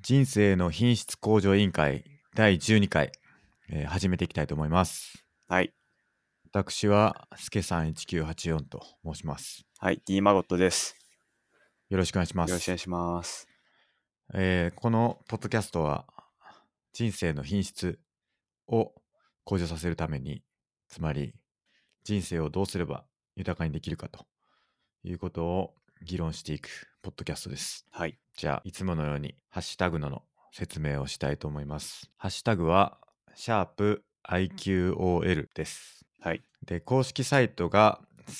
人生の品質向上委員会第12回、始めていきたいと思います。 はい。 私はすけさん1984と申します。 はい。D マゴットです。 よろしくお願いします。 よろしくお願いします。 このポッドキャストは人生の品質を向上させるために、つまり人生をどうすれば豊かにできるかということを議論していくポッドキャストです。 はい。 じゃあいつものようにハッシュタグの説明をしたいと思います。ハッシュタグは#IQOL です。 はい。 で、公式サイトが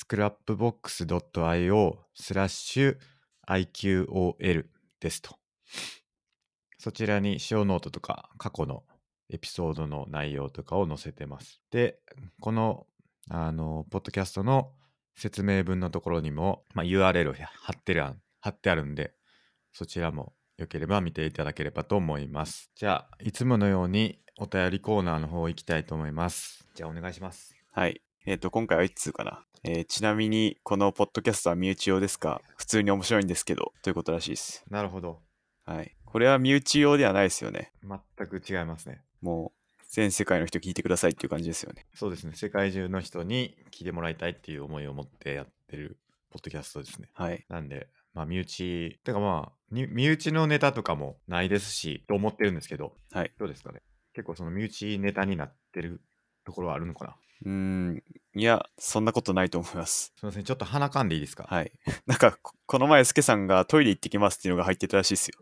scrapbox.io/IQOL ですと。そちらにショーノートとか過去のエピソードの内容とかを載せてます。で、このポッドキャストの説明文のところにも、URL を貼ってあるんで、そちらもよければ見ていただければと思います。じゃあ、いつものようにお便りコーナーの方行きたいと思います。じゃあ、お願いします。 はい。今回はいつかな。ちなみに、このポッドキャストは身内用ですか？普通に面白いんですけど、ということらしいです。 なるほど。 はい。これは身内用ではないですよね。 全く違いますね。 もう、全世界の人聞いてくださいっていう感じですよね。 そうですね。世界中の人に聞いてもらいたいっていう思いを持ってやってるポッドキャストですね。 はい。 なんで、身内、てか身内のネタとかもないですし、と思ってるんですけど、 はい。 どうですかね。結構その身内ネタになってるところはあるのかな。 いや、そんなことないと思います。 すいません。ちょっと鼻かんでいいですか？ はい。なんか、この前、スケさんがトイレ行ってきますっていうのが入ってたらしいですよ。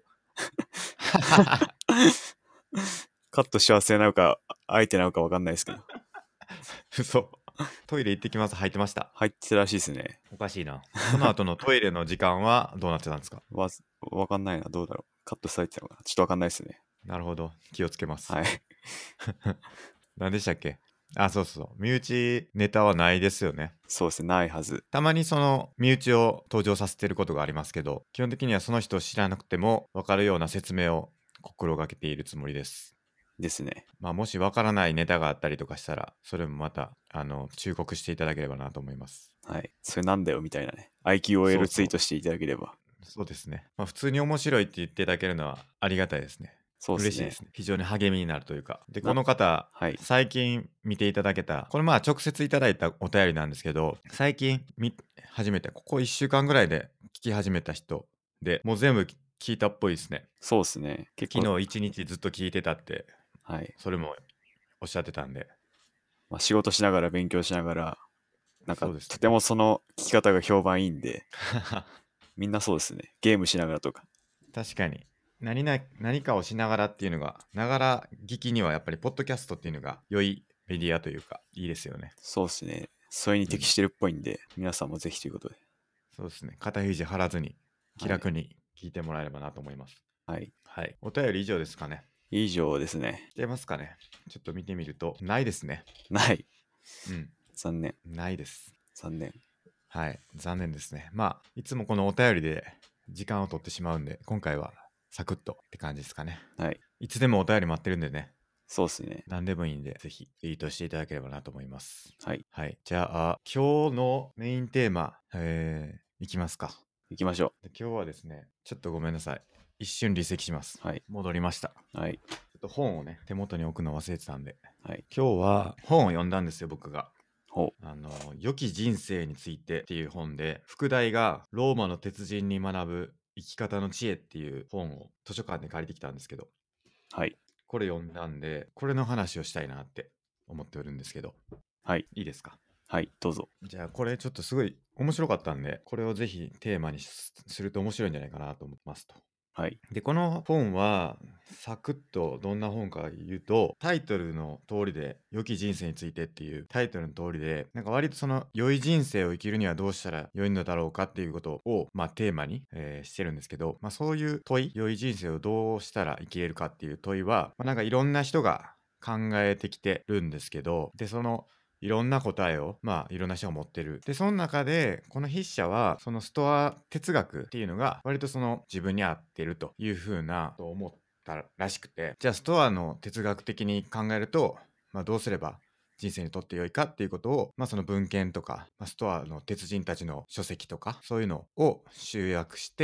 カットし忘れなのか、あえてなのかわかんないですけど。 嘘。トイレ行ってきます。入ってました。 入ってたらしいですね。 おかしいな。その後のトイレの時間はどうなってたんですか？ わかんないな。どうだろう。カットされてたのかな。ちょっとわかんないですね。 なるほど。気をつけます。 はい。 何でしたっけ？あ、そうそう。身内ネタはないですよね。 そうですね。ないはず。 たまにその身内を登場させてることがありますけど、基本的にはその人を知らなくても分かるような説明を心がけているつもりです。 ですね。 もし分からないネタがあったりとかしたら、それもまた、忠告していただければなと思います。 はい。それなんだよみたいなね。 そ IQOL うそう。 ツイートしていただければ。 そうですね。普通に面白いって言っていただけるのはありがたいですね。 そうですね。 嬉しいですね。非常に励みになるというか。で、こな、 の方、 はい。 最近見ていただけた、これ直接いただいたお便りなんですけど、最近見始めた、ここ1週間ぐらいで聞き始めた人で、もう全部聞いたっぽいですね。 そうですね。結構、 昨日一日ずっと聞いてたって、 はい。 それもおっしゃってたんで。 仕事しながら勉強しながら、なんか、 そうですね。 とてもその聞き方が評判いいんで、みんなそうですね。ゲームしながらとか。 確かに。何かをしながらっていうのが、ながら聞きにはやっぱりポッドキャストっていうのが良いメディアというか、いいですよね。 そうですね。それにうん。 適してるっぽいんで、皆さんもぜひということで。 そうですね。肩肘張らずに気はい。 楽に聞いてもらえればなと思います。 はい。 はい。お便り以上ですかね。 以上ですね。 来てますかね。ちょっと見てみると、ないですね。 ない。 うん。 残念。 ないです。 残念。 はい。残念ですね。いつもこのお便りで時間を取ってしまうんで、今回はサクッとって感じですかね。 はい。 いつでもお便り待ってるんでね。 そうですね。 何でもいいんで、ぜひツイートしていただければなと思います。 はい。 はい。じゃあ、今日のメインテーマ、いきますか。 行きましょで今日はですね、ちょっとごめんなさい。一瞬離席します。 う。はい。 戻りました。 はい。 ちょっと本をね、手元に置くの忘れてたんで。 はい。 今日は本を読んだんですよ、僕が。 ほ良き人生についてっていう本で、副題がローマの鉄人に学ぶ生き方の知恵っていう本を図書館で借りてきたんですけど、 う。はい。 これ読んだんで、これの話をしたいなって思っておるんですけど、 はい。 いいですか？ はい。どうぞ。 じゃあこれちょっとすごい面白かったんで、これをぜひテーマにすると面白いんじゃないかなと思ってますと。 はい。 で、この本は、サクッとどんな本か言うと、タイトルの通りで、良き人生についてっていうタイトルの通りで、なんか割とその良い人生を生きるにはどうしたら良いのだろうかっていうことを、テーマに、してるんですけど、そういう問い、良い人生をどうしたら生きれるかっていう問いは、なんかいろんな人が考えてきてるんですけど、で、そのいろんな答えを、いろんな人が持ってる。で、その中で、この筆者は、そのストア哲学っていうのが、割とその自分に合ってるというふうな、と思ったらしくて、じゃあストアの哲学的に考えると、どうすれば人生にとって良いかっていうことを、その文献とか、ストアの鉄人たちの書籍とか、そういうのを集約して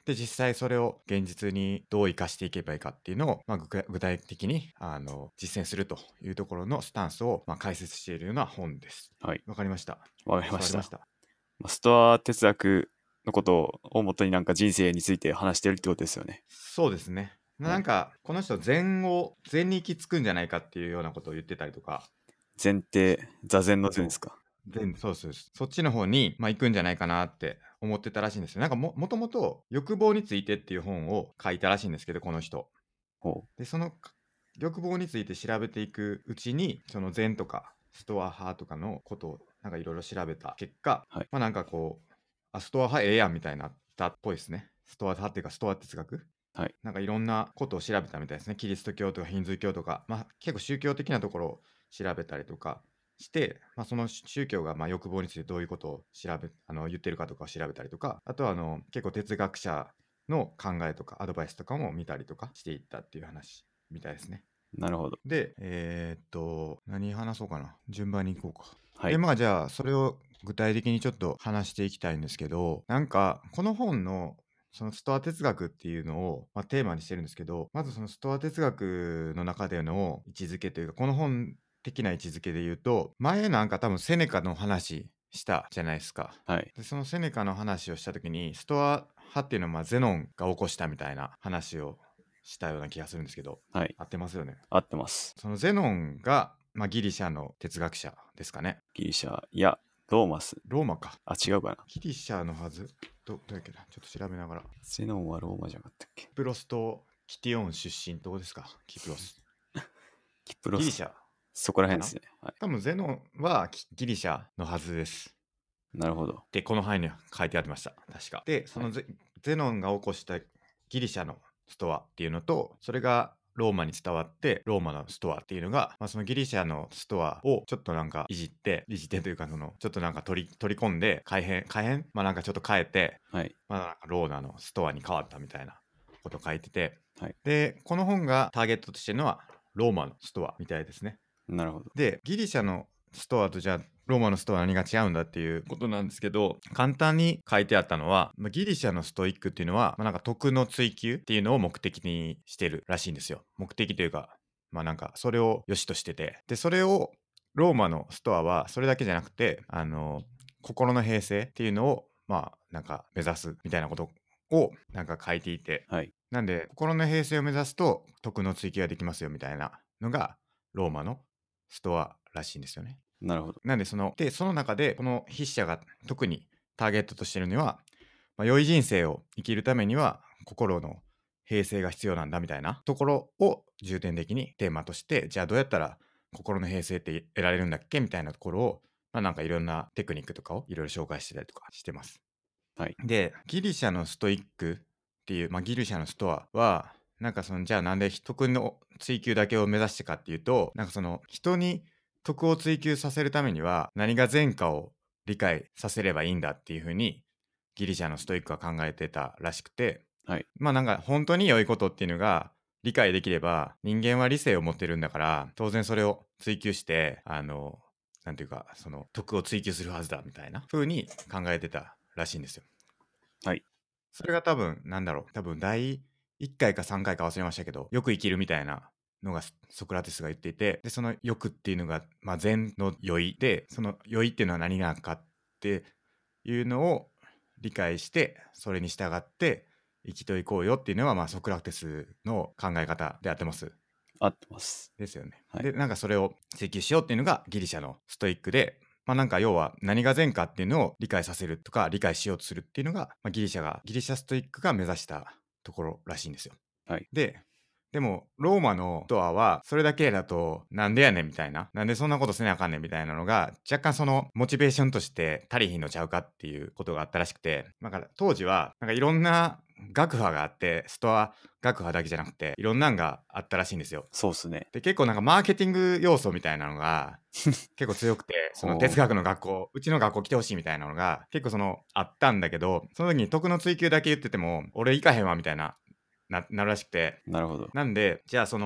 で実際それを現実にどう生かしていけばいいかっていうのを、具体的に実践するというところのスタンスを、解説しているような本です。 はい。 わかりました。 わかりました。 伝わりました。 ストア哲学のことを元になんか人生について話してるってことですよね。 そうですね。 はいなんかこの人禅に行き着くんじゃないかっていうようなことを言ってたりとか、 禅って座禅の禅ですか？ そうです。そっちの方に、行くんじゃないかなって思ってたらしいんですよ。なんかもともと欲望についてっていう本を書いたらしいんですけど、この人。 ほで、その欲望について調べていくうちに、その禅とかストア派とかのことをなんかいろいろ調べた結果、 はいなんかこう、ストア派ええやんみたいになったっぽいですね。ストア派っていうかストア哲学。 はい。 なんかいろんなことを調べたみたいですね。キリスト教とかヒンズー教とか、結構宗教的なところを調べたりとかして、その宗教が欲望についてどういうことを言ってるかとかを調べたりとか、あとは結構哲学者の考えとかアドバイスとかも見たりとかしていったっていう話みたいですね。 なるほど。 で、何話そうかな。順番に行こうか。 はい。 で、じゃあ、それを具体的にちょっと話していきたいんですけど、なんか、この本の、そのストア哲学っていうのを、テーマにしてるんですけど、まずそのストア哲学の中での位置づけというか、この本的な位置づけで言うと、前なんか多分セネカの話したじゃないですか。 はい。 で、そのセネカの話をした時に、ストア派っていうのはゼノンが起こしたみたいな話をしたような気がするんですけど、 はい。 合ってますよね。 合ってます。 そのゼノンが、ギリシャの哲学者ですかね。 ギリシャ、いや、ローマス。 ローマか。 あ、違うかな。 ギリシャのはず。どうやっけな。ちょっと調べながら。 ゼノンはローマじゃなかったっけ？ キプロスとキティオン出身どうですか？キプロス。 キプロス。 ギリシャそこらかな。 辺ですね。はい。 多分ゼノンはギリシャのはずです。 なるほど。 で、この範囲に書いてありました。確か。で、そのゼノンが起こしたギリシャのストアっていうのと、それがローマに伝わって、ローマのストアっていうのが、そのギリシャのストアをちょっとなんかいじってというか、ちょっとなんか取り込んで、改変なんかちょっと変えて、 はい。 なんかローマのストアに変わったみたいなこと書いてて、 はい。 で、この本がターゲットとしてるのは、ローマのストアみたいですね。 なるほど。 で、ギリシャのストアとじゃあローマのストアは何が違うんだっていうことなんですけど、簡単に書いてあったのは、ギリシャのストイックっていうのは、なんか徳の追求っていうのを目的にしてるらしいんですよ。目的というか、なんかそれを良しとしてて、でそれをローマのストアはそれだけじゃなくて、心の平静っていうのをなんか目指すみたいなことをなんか書いていて、 はい。 なんで心の平静を目指すと徳の追求ができますよみたいなのがローマのストアらしいんですよね。 なるほど。 なんでその中でこの筆者が特にターゲットとしているのは、良い人生を生きるためには心の平静が必要なんだみたいなところを重点的にテーマとして、じゃあどうやったら心の平静って得られるんだっけみたいなところを、なんかいろんなテクニックとかをいろいろ紹介してたりとかしてます。 はい。 で、ギリシャのストイックっていう、ギリシャのストアは、なんかじゃあなんで徳の追求だけを目指してかっていうと、なんかその人に徳を追求させるためには何が善かを理解させればいいんだっていうふうにギリシャのストイックは考えてたらしくて、 はい。 なんか本当に良いことっていうのが理解できれば、人間は理性を持ってるんだから当然それを追求してなんていうかその徳を追求するはずだみたいな風に考えてたらしいんですよ。 はい。 それが多分第1回か3回か忘れましたけど、よく生きるみたいなのがソクラテスが言っていて、でその欲っていうのが、善の良いで、その良いっていうのは何なのかっていうのを理解して、それに従って生きていこうよっていうのは、ソクラテスの考え方で合ってます。 合ってます。 ですよね。 はい。 でなんかそれを追求しようっていうのがギリシャのストイックで、なんか要は何が善かっていうのを理解させるとか理解しようとするっていうのが、ギリシャストイックが目指したところらしいんですよ。 はい。 でもローマのストアはそれだけだとなんでやねんみたいな、なんでそんなことせなあかんねんみたいなのが若干そのモチベーションとして足りひんのちゃうかっていうことがあったらしくて、だから当時はなんかいろんな学派があって、ストア学派だけじゃなくていろんなんがあったらしいんですよ。 そうっすね。 で結構なんかマーケティング要素みたいなのが結構強くて、その哲学の学校、うちの学校来てほしいみたいなのが結構あったんだけど、その時に徳の追求だけ言ってても俺行かへんわみたいななるらしくて、 なるほど。 なんでじゃあその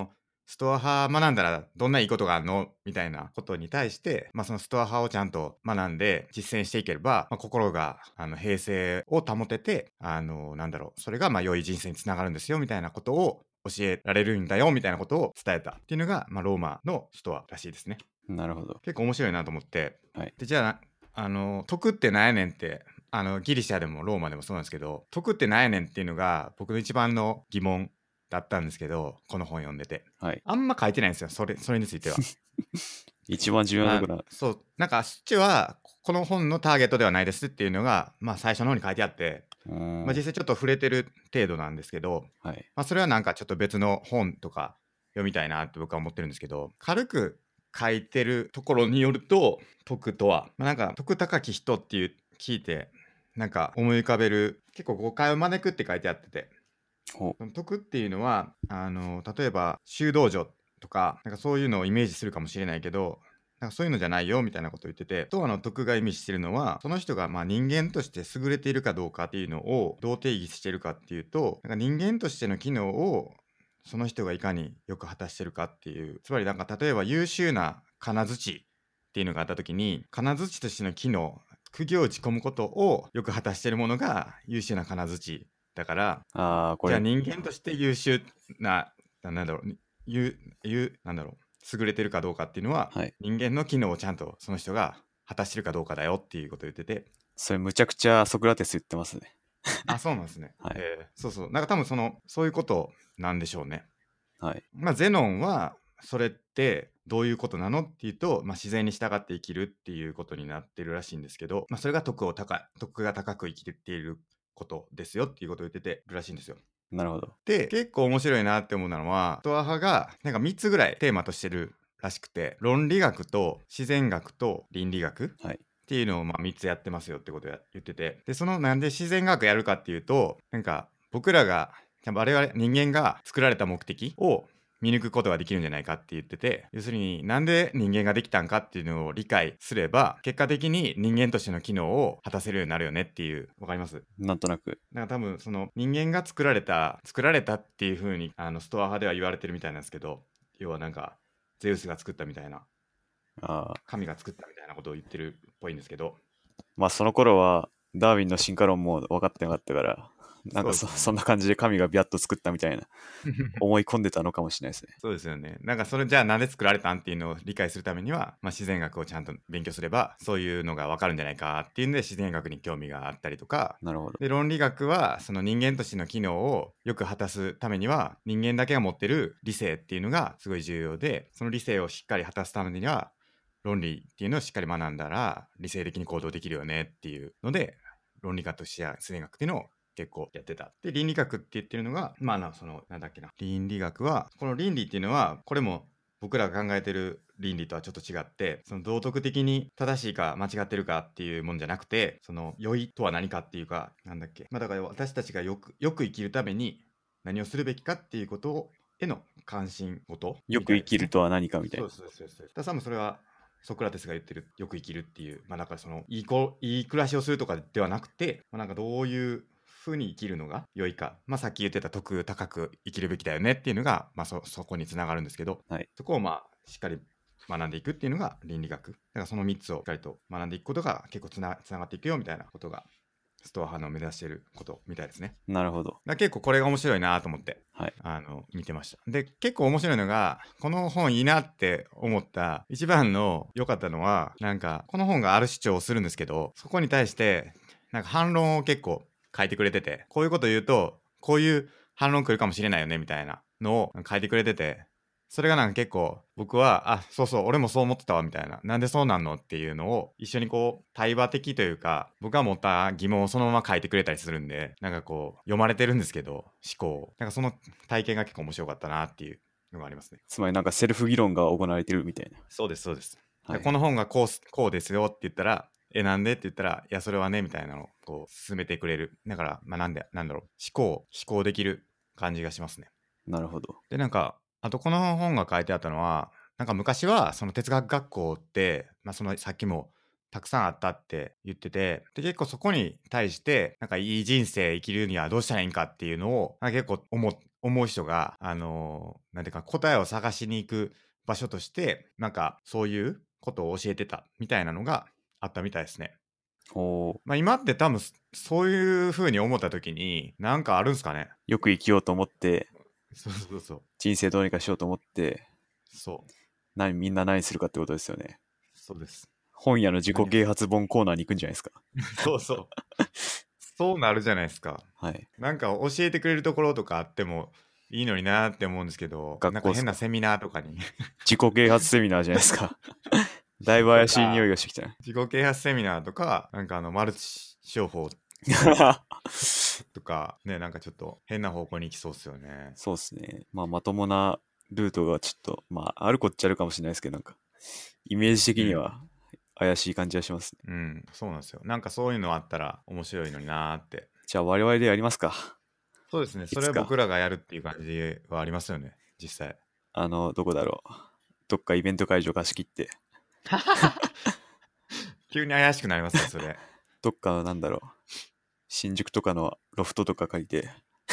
ストア派学んだらどんないいことがあるのみたいなことに対して、そのストア派をちゃんと学んで実践していければ、心が平静を保てて、それが良い人生につながるんですよみたいなことを教えられるんだよみたいなことを伝えたっていうのが、ローマのストアらしいですね。 なるほど。 結構面白いなと思って、 はい。 でじゃあ徳ってなんやねんってギリシャでもローマでもそうなんですけど、徳ってなんやねんっていうのが僕の一番の疑問だったんですけど、この本読んでてはい。 あんま書いてないんですよ、それについては。 一番重要なところ。 そう、なんかそっちはこの本のターゲットではないですっていうのが、最初の方に書いてあって、実際ちょっと触れてる程度なんですけど、 はい。 それはなんかちょっと別の本とか読みたいなって僕は思ってるんですけど、軽く書いてるところによると、徳とは、なんか徳高き人っていう聞いて、なんか思い浮かべる、結構誤解を招くって書いてあってて、 ほその徳っていうのは例えば修道女とか、なんかそういうのをイメージするかもしれないけど、なんかそういうのじゃないよみたいなことを言ってて、東亜の徳が意味してるのは、その人が人間として優れているかどうかっていうのをどう定義してるかっていうと、なんか人間としての機能をその人がいかによく果たしてるかっていう、つまりなんか例えば優秀な金槌っていうのがあった時に、金槌としての機能、釘を打ち込むことをよく果たしてるものが優秀な金槌だから、 これ、 じゃあ人間として優秀な、なんだろう、なんだろう、優れてるかどうかっていうのは、 はい。 人間の機能をちゃんとその人が果たしてるかどうかだよっていうことを言ってて、 それむちゃくちゃソクラテス言ってますね。 そうなんですね。 はい。 そうそう。なんか多分そういうことなんでしょうね。 はい。 ゼノンは、それってどういうことなのっていうと、自然に従って生きるっていうことになってるらしいんですけど、それが徳が高く生きていることですよっていうことを言っててるらしいんですよ。 なるほど。 で、結構面白いなって思うのは、ストア派がなんか3つぐらいテーマとしてるらしくて、論理学と自然学と倫理学っはい。 ていうのを3つやってますよってことを言ってて、で、なんで自然学やるかっていうと、なんか僕らが、我々人間が作られた目的を見抜くことができるんじゃないかって言ってて、要するになんで人間ができたんかっていうのを理解すれば、結果的に人間としての機能を果たせるようになるよねっていう、わかります？ なんとなく。 なんか多分その人間が作られたっていう風にストア派では言われてるみたいなんですけど、要はなんかゼウスが作ったみたいな、 ああ。 神が作ったみたいなことを言ってるっぽいんですけど、 その頃は、ダーウィンの進化論も分かってなかったから、なんかそうですよね。 そんな感じで神がビャッと作ったみたいな、思い込んでたのかもしれないですね。 そうですよね。なんかそれじゃあなんで作られたんっていうのを理解するためには、自然学をちゃんと勉強すればそういうのがわかるんじゃないかっていうんで自然学に興味があったりとか、 なるほど。 で論理学はその人間としての機能をよく果たすためには人間だけが持ってる理性っていうのがすごい重要で、その理性をしっかり果たすためには論理っていうのをしっかり学んだら理性的に行動できるよねっていうので、論理学として自然学っていうのを結構やってた。で、倫理学って言ってるのが、なんだっけな。倫理学は、この倫理っていうのは、これも僕らが考えてる倫理とはちょっと違って、その道徳的に正しいか間違ってるかっていうもんじゃなくて、その良いとは何かっていうか、なんだっけ。だから私たちがよく生きるために何をするべきかっていうことへの関心事よく生みたいですね。 きるとは何かみたいな。 そうそうそうそう。多分それはソクラテスが言ってるよく生きるっていう、だからそのいい暮らしをするとかではなくて、なんかどういう風に生きるのが良いか、さっき言ってた徳高く生きるべきだよねっていうのが、そこにつながるんですけど、 はい。 そこをしっかり学んでいくっていうのが倫理学。だからその3つをしっかりと学んでいくことが結構つながっていくよみたいなことがストア派の目指していることみたいですね。 なるほど。 だから結構これが面白いなと思ってはい。 見てました。で、結構面白いのが、この本いいなって思った一番の良かったのは、なんかこの本がある主張をするんですけど、そこに対してなんか反論を結構書いてくれてて、こういうこと言うとこういう反論来るかもしれないよねみたいなのを書いてくれてて、それがなんか結構僕はそうそう俺もそう思ってたわみたいな、なんでそうなんのっていうのを一緒にこう対話的というか、僕が持った疑問をそのまま書いてくれたりするんで、なんかこう読まれてるんですけど思考を、なんかその体験が結構面白かったなっていうのがありますね。 つまりなんかセルフ議論が行われてるみたいな。 そうですそうです。 はい。 この本がこうですよって言ったら、なんでって言ったら、いやそれはねみたいなのをこう進めてくれる。だからなんだろう、思考できる感じがしますね。 なるほど。 で、なんか、あとこの本が書いてあったのは、なんか昔はその哲学学校って、そのさっきもたくさんあったって言ってて、で、結構そこに対して、なんかいい人生生きるにはどうしたらいいんかっていうのを、なんか結構思う人がなんていうか答えを探しに行く場所としてなんかそういうことを教えてたみたいなのがあったみたいですね。 おー、 まあ今って多分そういう風に思った時になんかあるんすかね。 よく生きようと思って、 そうそうそう。 人生どうにかしようと思って、 そうみんな何するかってことですよね。 そうです。 本屋の自己何啓発本コーナーに行くんじゃないですか。 そうそう。そうなるじゃないですか。 はい。 なんか教えてくれるところとかあってもいいのになって思うんですけど、なんか学校っすか。 変なセミナーとかに自己啓発セミナーじゃないですか。だいぶ怪しい匂いがしてきたね。 自己啓発セミナーとか、なんかマルチ商法とか、ね、なんかちょっと変な方向に行きそうっすよね。 そうですね。まあ、まともなルートがちょっと、まあ、あるこっちゃあるかもしれないですけど、なんか、イメージ的には怪しい感じはしますね。 うん、そうなんですよ。なんかそういうのあったら面白いのになーって。 じゃあ、我々でやりますか。 そうですね。それいつか、 は僕らがやるっていう感じはありますよね。実際。 どこだろう。どっかイベント会場貸し切って、 急に怪しくなりますね、それ。 どっか、新宿とかのロフトとか借りて、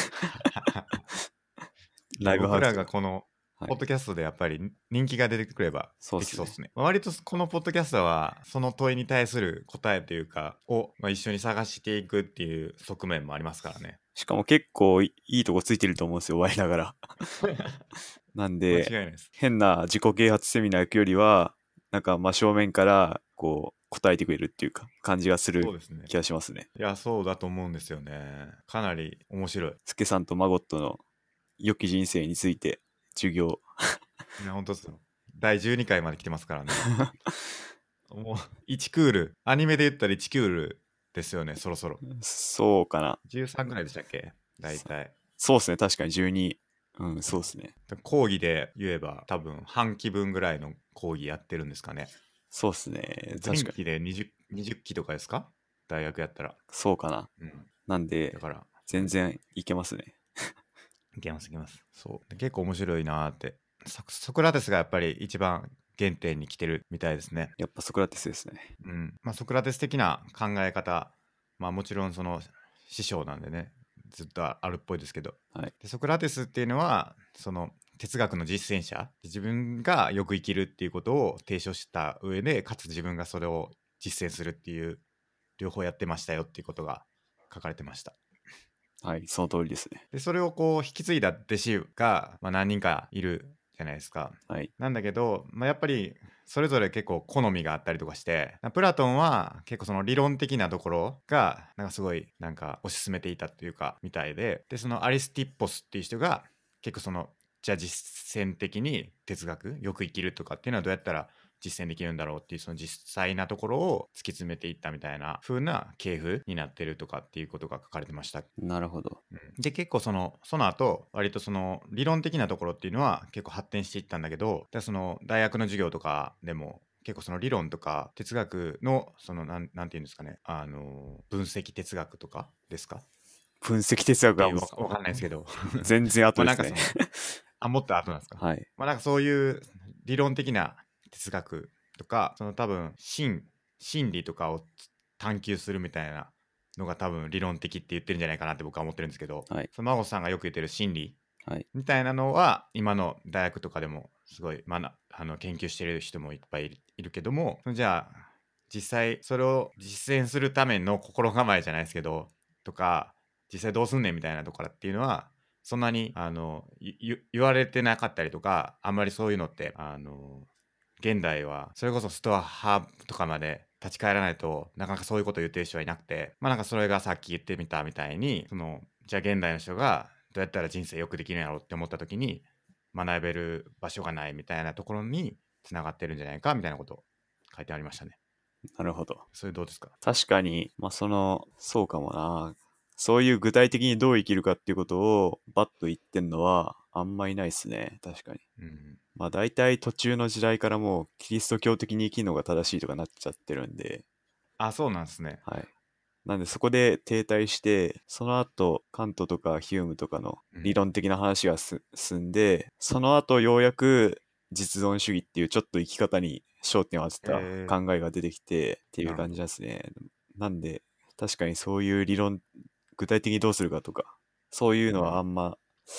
いや、 ライブハ僕らウスとか。 がこのはい。 ポッドキャストでやっぱり人気が出てくればそうですね。 できそうですね。割とこのポッドキャストはその問いに対する答えというかを、一緒に探していくっていう側面もありますからね。 しかも結構いいとこついてると思うんですよ、我ながら。なんで、 間違いないです。 変な自己啓発セミナー行くよりは、なんか真正面からこう答えてくれるっていうか感じがするそうですね。 気がしますね。 いや、そうだと思うんですよね。かなり面白い。 スケさんとマゴットの良き人生について授業。 いや、本当ですよ。第12回まで来てますからね。もう1クール、アニメで言ったら1クールですよね、そろそろ。 そうかな。 13ぐらいでしたっけ大体。 そうですね。確かに12。うん、そうですね。 講義で言えば多分半期分ぐらいの講義やってるんですかね。 そうですね。確かに。 前期で20期とかですか大学やったら。 そうかな。 うん。 なんで、 だから、 全然いけますね。 いけますいけます。そう。で結構面白いなーって。ソクラテスがやっぱり一番原点に来てるみたいですね。 やっぱソクラテスですね。 うん。まあソクラテス的な考え方、まあもちろんその師匠なんでね、ずっとあるっぽいですけど。 はい。 でソクラテスっていうのは、その哲学の実践者、自分がよく生きるっていうことを提唱した上で、かつ自分がそれを実践するっていう両方やってましたよっていうことが書かれてました。 はい、その通りですね。 でそれをこう引き継いだ弟子が、何人かいるじゃないですか。 はい。 なんだけど、やっぱりそれぞれ結構好みがあったりとかして、プラトンは結構その理論的なところがなんかすごいなんか推し進めていたっていうかみたいで、そのアリスティッポスっていう人が結構そのじゃあ実践的に哲学よく生きるとかっていうのはどうやったら実践できるんだろうっていうその実際なところを突き詰めていったみたいな風な系譜になってるとかっていうことが書かれてました。 なるほど。 で結構その後割とその理論的なところっていうのは結構発展していったんだけど、その大学の授業とかでも結構その理論とか哲学のそのなんていうんですかね、分析哲学とかですかっ分析哲学がもうていうわかんないですけど全然後ですね。 なんかそのもっと後なんですか。 はい。 なんかそういう理論的な哲学とかその多分心理とかを探求するみたいなのが多分理論的って言ってるんじゃないかなって僕は思ってるんですけど、 はい。 その孫さんがよく言ってる心理はい。 みたいなのは今の大学とかでもすごい、研究してる人もいっぱいいるけども、じゃあ実際それを実践するための心構えじゃないですけどとか実際どうすんねんみたいなところっていうのはそんなに言われてなかったりとか、あんまりそういうのって現代はそれこそストア派とかまで立ち返らないとなかなかそういうことを言ってる人はいなくて、なんかそれがさっき言ってみたみたいにじゃあ現代の人がどうやったら人生よくできるんやろうって思った時に学べる場所がないみたいなところにつながってるんじゃないかみたいなことを書いてありましたね。 なるほど。 それどうですか？ 確かに、そうかもな。そういう具体的にどう生きるかっていうことをバッと言ってんのはあんまいないっすね。確かに。 うん。 大体途中の時代からもうキリスト教的に生きるのが正しいとかなっちゃってるんで、 あ、そうなんですね。 はい。なんでそこで停滞して、その後カントとかヒュームとかのうん。 理論的な話が進んで、その後ようやく実存主義っていうちょっと生き方に焦点を当てた考えが出てきてっていう感じなるほど。 ですね。なんで確かにそういう理論、具体的にどうするかとか、そういうのはあうん。 んま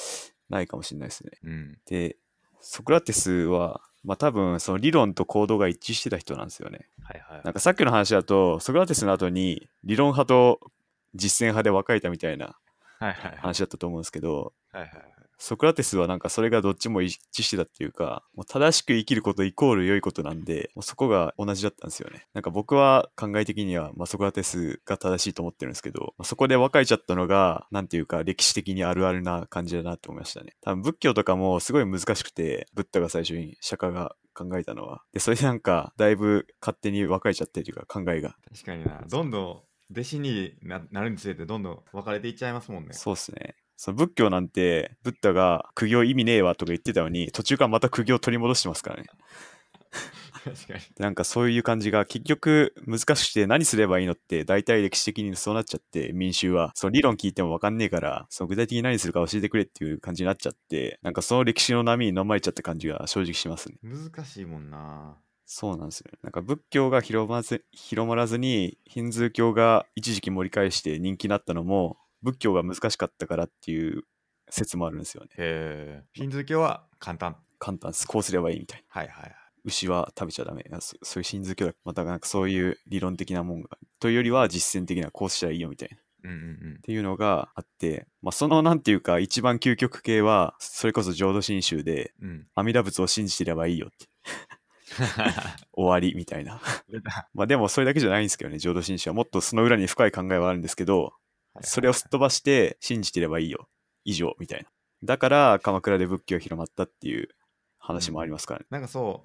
ないかもしれないですね。 うん。 で、ソクラテスは、まあ多分その理論と行動が一致してた人なんですよね。 はいはいはい。 なんかさっきの話だと、ソクラテスの後に理論派と実践派で分かれたみたいなはいはいはい。 話だったと思うんですけど、 はいはいはい。 ソクラテスはなんかそれがどっちも一致してたっていうか、もう正しく生きることイコール良いことなんで、もうそこが同じだったんですよね。なんか僕は考え的には、ソクラテスが正しいと思ってるんですけど、そこで分かれちゃったのが、なんていうか歴史的にあるあるな感じだなって思いましたね。多分仏教とかもすごい難しくて、ブッダが最初に釈迦が考えたのは。で、それでなんか、だいぶ勝手に分かれちゃってるというか考えが。 確かにな。どんどん弟子になるにつれてどんどん分かれていっちゃいますもんね。 そうっすね。その仏教なんて、ブッダが苦行意味ねえわとか言ってたのに、途中からまた苦行取り戻してますからね。 確かに。 なんかそういう感じが結局難しくて何すればいいのって大体歴史的にそうなっちゃって民衆はその理論聞いても分かんねえからその具体的に何するか教えてくれっていう感じになっちゃってなんかその歴史の波に飲まれちゃった感じが正直しますね。 難しいもんな。 そうなんですよ。なんか仏教が広まらずにヒンズー教が一時期盛り返して人気になったのも仏教が難しかったからっていう説もあるんですよね。 へえ。ヒンズー教は簡単。 簡単です。こうすればいいみたいな。 はいはいはい。 牛は食べちゃダメ。そういう神図教だ。またなんかそういう理論的なもんが。というよりは実践的なこうしたらいいよみたいな。っうんうんていうのがあって、そのなんていうか一番究極系は、それこそ浄土真宗で、 うん。うん。 阿弥陀仏を信じてればいいよって。終わりみたいな。 出た。 でもそれだけじゃないんですけどね、浄土真宗は。もっとその裏に深い考えはあるんですけど、 はいそれをすっ飛ばして信じてればいいよ。以上、みたいな。だから鎌倉で仏教が広まったっていう話もありますからね。 なんかそう、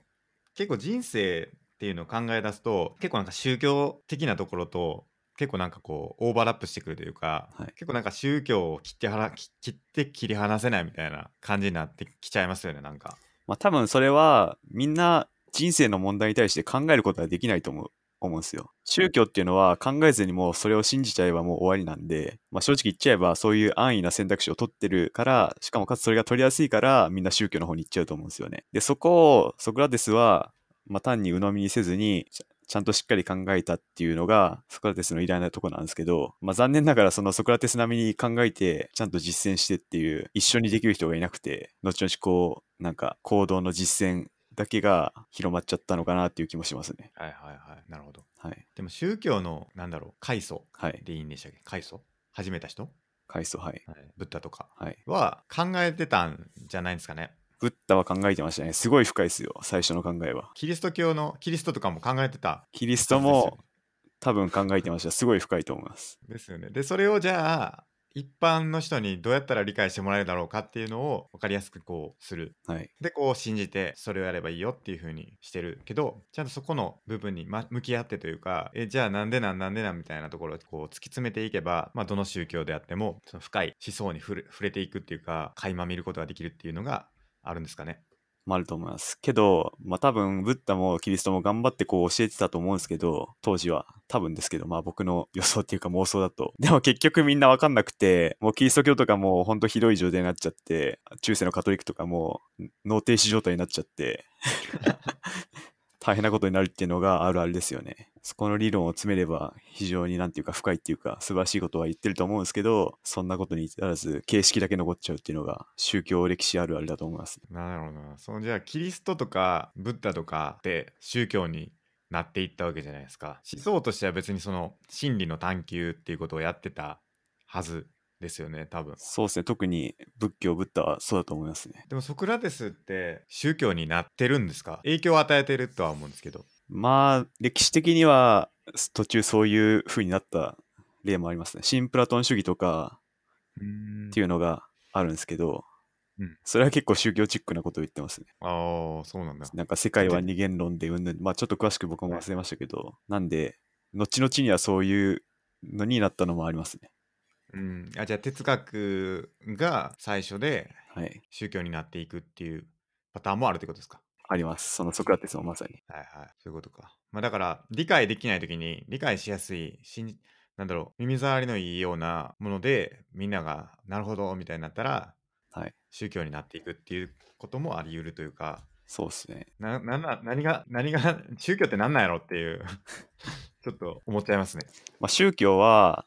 結構人生っていうのを考え出すと、結構なんか宗教的なところと、結構なんかこう、オーバーラップしてくるというか、 はい。 結構なんか宗教を切って切り離せないみたいな感じになってきちゃいますよね、なんか。 多分それはみんな人生の問題に対して考えることはできないと思うんですよ。宗教っていうのは考えずにもうそれを信じちゃえばもう終わりなんで、正直言っちゃえばそういう安易な選択肢を取ってるから、しかもかつそれが取りやすいからみんな宗教の方に行っちゃうと思うんですよね。で、そこをソクラテスは、単に鵜呑みにせずにちゃんとしっかり考えたっていうのがソクラテスの偉大なところなんですけど、残念ながらそのソクラテス並みに考えてちゃんと実践してっていう一緒にできる人がいなくて、後々こうなんか行動の実践だけが広まっちゃったのかなっていう気もしますね。 はいはいはい。なるほど。 はい。 でも宗教の、開祖はい。 でいいんでしたっけ？開祖始めた人、 回想、はい。 はい、ブッダとかはい。 は考えてたんじゃないんですかね。 ブッダは考えてましたね。すごい深いですよ、最初の考えは。 キリスト教のキリストとかも考えてたキリストもはずですよね。 多分考えてました。すごい深いと思います。 ですよね。で、それをじゃあ、一般の人にどうやったら理解してもらえるだろうかっていうのを分かりやすくこうする。 はい。 で、こう信じてそれをやればいいよっていう風にしてるけど、ちゃんとそこの部分に、向き合ってというか、じゃあなんでなんみたいなところをこう突き詰めていけば、どの宗教であっても、その深い思想に触れていくっていうか、垣間見ることができるっていうのがあるんですかね。 あると思います。けど、多分、ブッダもキリストも頑張ってこう教えてたと思うんですけど、当時は。多分ですけど、僕の予想っていうか妄想だと。でも結局みんなわかんなくて、もうキリスト教とかもうほんとひどい状態になっちゃって、中世のカトリックとかも脳停止状態になっちゃって、大変なことになるっていうのがあるあるですよね。そこの理論を詰めれば非常になんていうか深いっていうか素晴らしいことは言ってると思うんですけど、そんなことに至らず形式だけ残っちゃうっていうのが宗教歴史あるあるだと思います。 なるほどな。じゃあキリストとかブッダとかって宗教になっていったわけじゃないですか。思想としては別にその真理の探求っていうことをやってたはずですよね、多分。 そうですね。特に仏教、ブッダはそうだと思いますね。 でもソクラテスって宗教になってるんですか？影響を与えてるとは思うんですけど。 歴史的には途中そういう風になった例もありますね。新プラトン主義とかうーん。 っていうのがあるんですけど、 うん。 それは結構宗教チックなことを言ってますね。 ああ、そうなんだ。 なんか世じゃ、 界は二元論でうんぬん、ちょっと詳しく僕も忘れましたけど、なんで、後々にはそういうのになったのもありますね。 うん。じゃあ哲学が最初ではい。 宗教になっていくっていうパターンもあるってことですか？ あります。そのソクラテスもまさに。 はいはい。そういうことか。だから、理解できないときに、理解しやすい、耳障りのいいようなもので、みんなが、なるほど、みたいになったら、 はい。 宗教になっていくっていうこともあり得るというか、 そうですね。 何が、宗教って何なんやろっていうちょっと思っちゃいますね。 宗教は、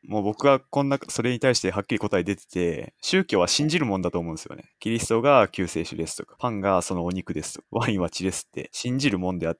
もう僕はそれに対してはっきり答え出てて、宗教は信じるもんだと思うんですよね。キリストが救世主ですとか、パンがそのお肉ですとか、ワインは血ですって信じるもんであって、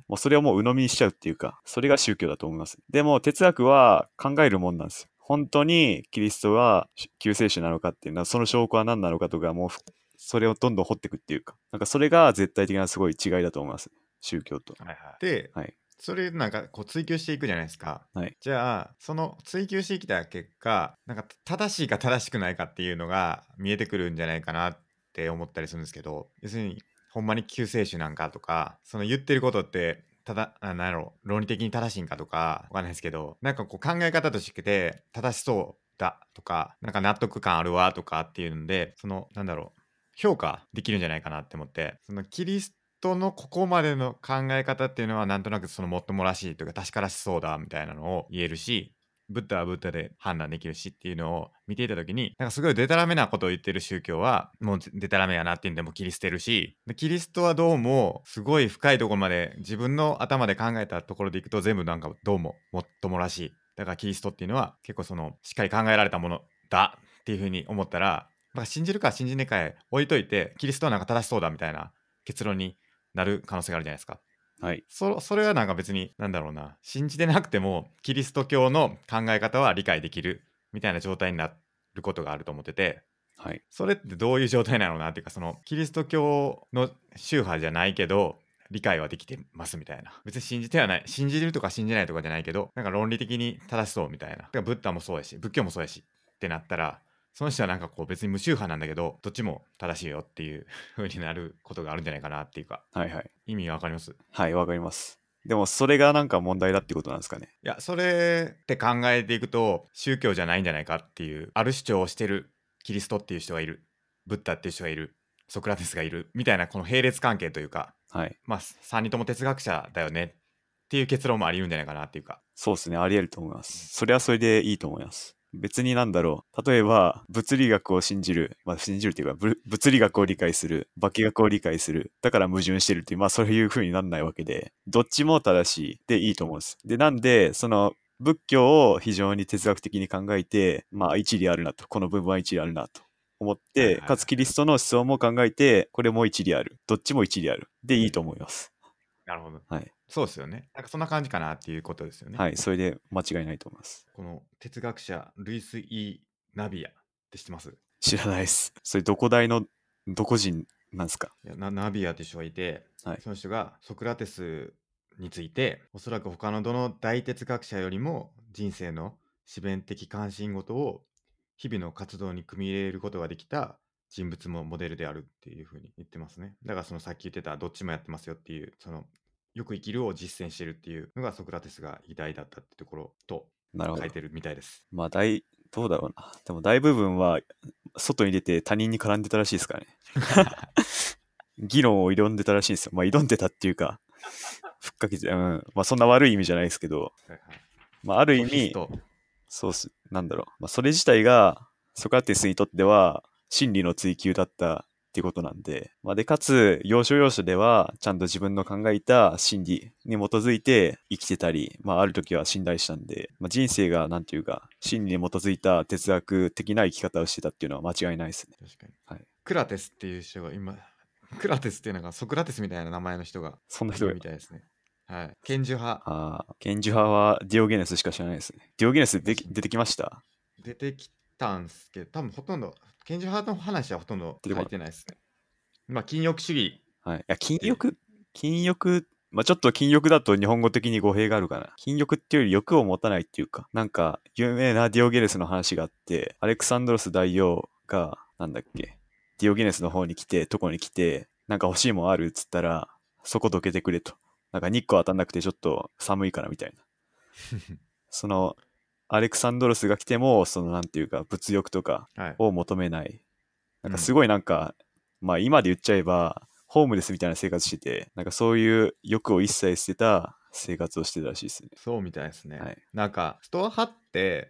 もうそれをもう鵜呑みにしちゃうっていうか、それが宗教だと思います。でも哲学は考えるもんなんですよ。本当にキリストが救世主なのかっていうのは、その証拠は何なのかとか、もうそれをどんどん掘っていくっていうか、なんかそれが絶対的なすごい違いだと思います。宗教と。 はいはい。で、 はい。 それなんかこう追求していくじゃないですか。 はい。 じゃあその追求してきた結果なんか正しいか正しくないかっていうのが見えてくるんじゃないかなって思ったりするんですけど、要するにほんまに救世主なんかとか、その言ってることってなんやろ論理的に正しいんかとかわかんないですけど、なんかこう考え方として正しそうだとか、なんか納得感あるわとかっていうので、そのなんだろう評価できるんじゃないかなって思って、そのキリストのここまでの考え方っていうのはなんとなくそのもっともらしいというか確からしそうだみたいなのを言えるし、ブッダはブッダで判断できるしっていうのを見ていた時に、なんかすごいデタラメなことを言ってる宗教はもうデタラメやなっていうんでも切り捨てるし、でキリストはどうもすごい深いところまで自分の頭で考えたところでいくと全部なんかどうももっともらしい。だからキリストっていうのは結構そのしっかり考えられたものだっていうふうに思ったら、なんか信じるか信じないか置いといてキリストはなんか正しそうだみたいな結論になる可能性があるじゃないですか。 はい。 それはなんか別になんだろうな、信じてなくてもキリスト教の考え方は理解できるみたいな状態になることがあると思ってて、 はい。 それってどういう状態なのなっていうか、そのキリスト教の宗派じゃないけど理解はできてますみたいな、別に信じてはない、信じるとか信じないとかじゃないけど、なんか論理的に正しそうみたいな、だからブッダもそうやし仏教もそうやしってなったら、その人はなんかこう別に無宗派なんだけどどっちも正しいよっていう風になることがあるんじゃないかなっていうか、 はいはい。 意味わかります？ はい、わかります。でもそれがなんか問題だってことなんですかね。 いや、それって考えていくと宗教じゃないんじゃないかっていう、ある主張をしてるキリストっていう人がいる、ブッダっていう人がいる、ソクラテスがいるみたいな、この並列関係というか、 はい。 まあ3人とも哲学者だよねっていう結論もあり得るんじゃないかなっていうか。 そうですね。あり得ると思います。それはそれでいいと思います。別になんだろう。例えば、物理学を信じる。まあ、信じるっていうか、物理学を理解する。化学を理解する。だから矛盾してるっていう、まあ、そういう風にならないわけで、どっちも正しいでいいと思うんです。で、なんで、その、仏教を非常に哲学的に考えて、まあ、一理あるなと。この部分は一理あるなと思って、 はいはいはい。 かつキリストの思想も考えて、これも一理ある。どっちも一理ある。でいいと思います。 なるほど。 はい。 そうですよね。なんかそんな感じかなっていうことですよね。 はい。それで間違いないと思います。 この哲学者ルイス・イ・ナビアって知ってます？ 知らないです。それどこ大のどこ人なんですか？ いやナビアって人がいて、 はい。 その人がソクラテスについておそらく他のどの大哲学者よりも人生の思弁的関心事を日々の活動に組み入れることができた人物もモデルであるっていうふうに言ってますね。だからそのさっき言ってたどっちもやってますよっていう、そのよく生きるを実践してるっていうのがソクラテスが偉大だったってところとなるほど。 書いてるみたいです。 まあ、どうだろうな。でも大部分は外に出て他人に絡んでたらしいですからね。議論を挑んでたらしいんですよ。まあ、挑んでたっていうか、ふっかけて、うん。まあ、そんな悪い意味じゃないですけど、 はいはい。 まあ、ある意味、 ソフィスト。 そうっす。なんだろう。まあ、それ自体が、ソクラテスにとっては、真理の追求だったっていうことなんで、まあ、で、かつ、要所要所では、ちゃんと自分の考えた真理に基づいて生きてたり、まあ、ある時は信頼したんで、まあ、人生が、なんていうか、真理に基づいた哲学的な生き方をしてたっていうのは間違いないですね。 確かに。 はい。 クラテスっていう人が今、クラテスっていうのがソクラテスみたいな名前の人がいるそんな人が、 みたいですね。はい。賢樹派賢治派はディオゲネスしか知らないですね。ディオゲネスらしい。 出てきました？ 出てきたんすけど、多分ほとんど、賢樹派の話はほとんど書い出てこない。 てないですね。まあ、禁欲主義はい。いや、 で、 禁欲、まあちょっと禁欲だと日本語的に語弊があるかな。禁欲っていうより欲を持たないっていうか、なんか有名なディオゲネスの話があって、アレクサンドロス大王が、なんだっけ、ディオゲネスの方に来て、とこに来て、なんか欲しいもんあるっつったら、そこどけてくれと。なんか日光当たんなくてちょっと寒いからみたいな。その、アレクサンドロスが来ても、そのなんていうか、物欲とかはい。 を求めない。なんうん。 かすごいなんか、まあ今で言っちゃえば、ホームレスみたいな生活してて、なんかそういう欲を一切捨てた生活をしてたらしいですね。 そうみたいですね。 はい。 なんか、ストア派って、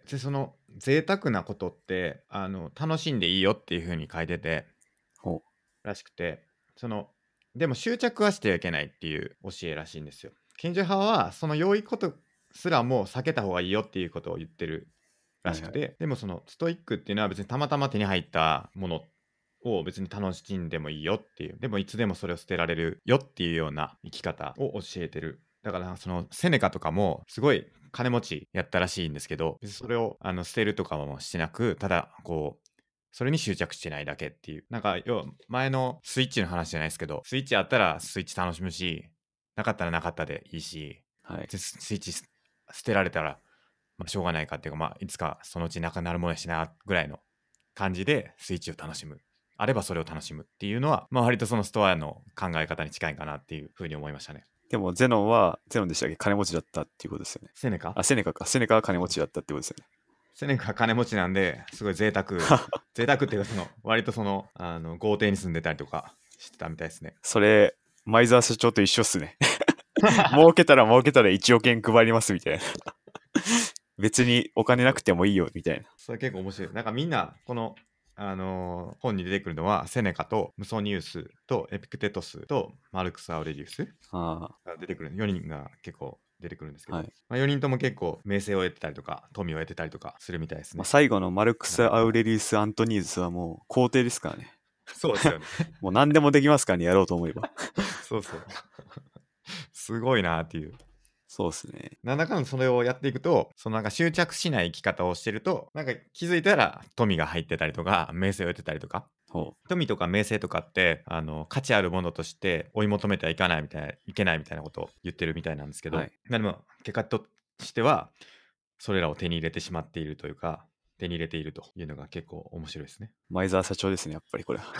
その贅沢なことって、楽しんでいいよっていう風に書いてて、 ほらしくて、その、でも執着はしてはいけないっていう教えらしいんですよ。賢治派は、その良いことすらも避けた方がいいよっていうことを言ってるらしくて、でもそのストイックっていうのは別にたまたま手に入ったものを別に楽しんでもいいよっていう、でもいつでもそれを捨てられるよっていうような生き方を教えてる。だからそのセネカとかもすごい金持ちやったらしいんですけど、別にそれを捨てるとかもしてなく、ただこうそれに執着してないだけっていう、なんか要は前のスイッチの話じゃないですけど、スイッチあったらスイッチ楽しむし、なかったらなかったでいいし、 はい。 スイッチ捨てられたらまあ、しょうがないかっていうか、まあ、いつかそのうちなくなるものやしなぐらいの感じでスイッチを楽しむ。あればそれを楽しむっていうのは、まあ、割とそのストアの考え方に近いかなっていうふうに思いましたね。 でもゼノンでしたっけ、金持ちだったっていうことですよね。 セネカセネカは金持ちだったってことですよね。 セネカは金持ちなんで、すごい贅沢っていうか、割と豪邸に住んでたりとかしてたみたいですね。 それ、前澤社長と一緒っすね。儲けたら1億円配りますみたいな。別にお金なくてもいいよみたいな。 それ結構面白い。なんかみんな、本に出てくるのは、セネカとムソニウスとエピクテトスとマルクス・アウレリウスが出てくる。4人が結構出てくるんですけど、 はい。 まあ、4人とも結構名声を得てたりとか、富を得てたりとかするみたいですね。 最後のマルクス・アウレリウス・アントニーズスはもう皇帝ですからね。 そうですよね。 もう何でもできますからね、やろうと思えば。 そうそう。すごいなっていう。 そうですね。 なんだかんだそれをやっていくと、なんか執着しない生き方をしてると、なんか気づいたら富が入ってたりとか、名声を得てたりとか。富とか名声とかって価値あるものとして追い求めてはいけないみたいなことを言ってるみたいなんですけど、 はい、 でも結果としてはそれらを手に入れてしまっているというか、手に入れているというのが結構面白いですね。 前澤社長ですね、やっぱりこれは。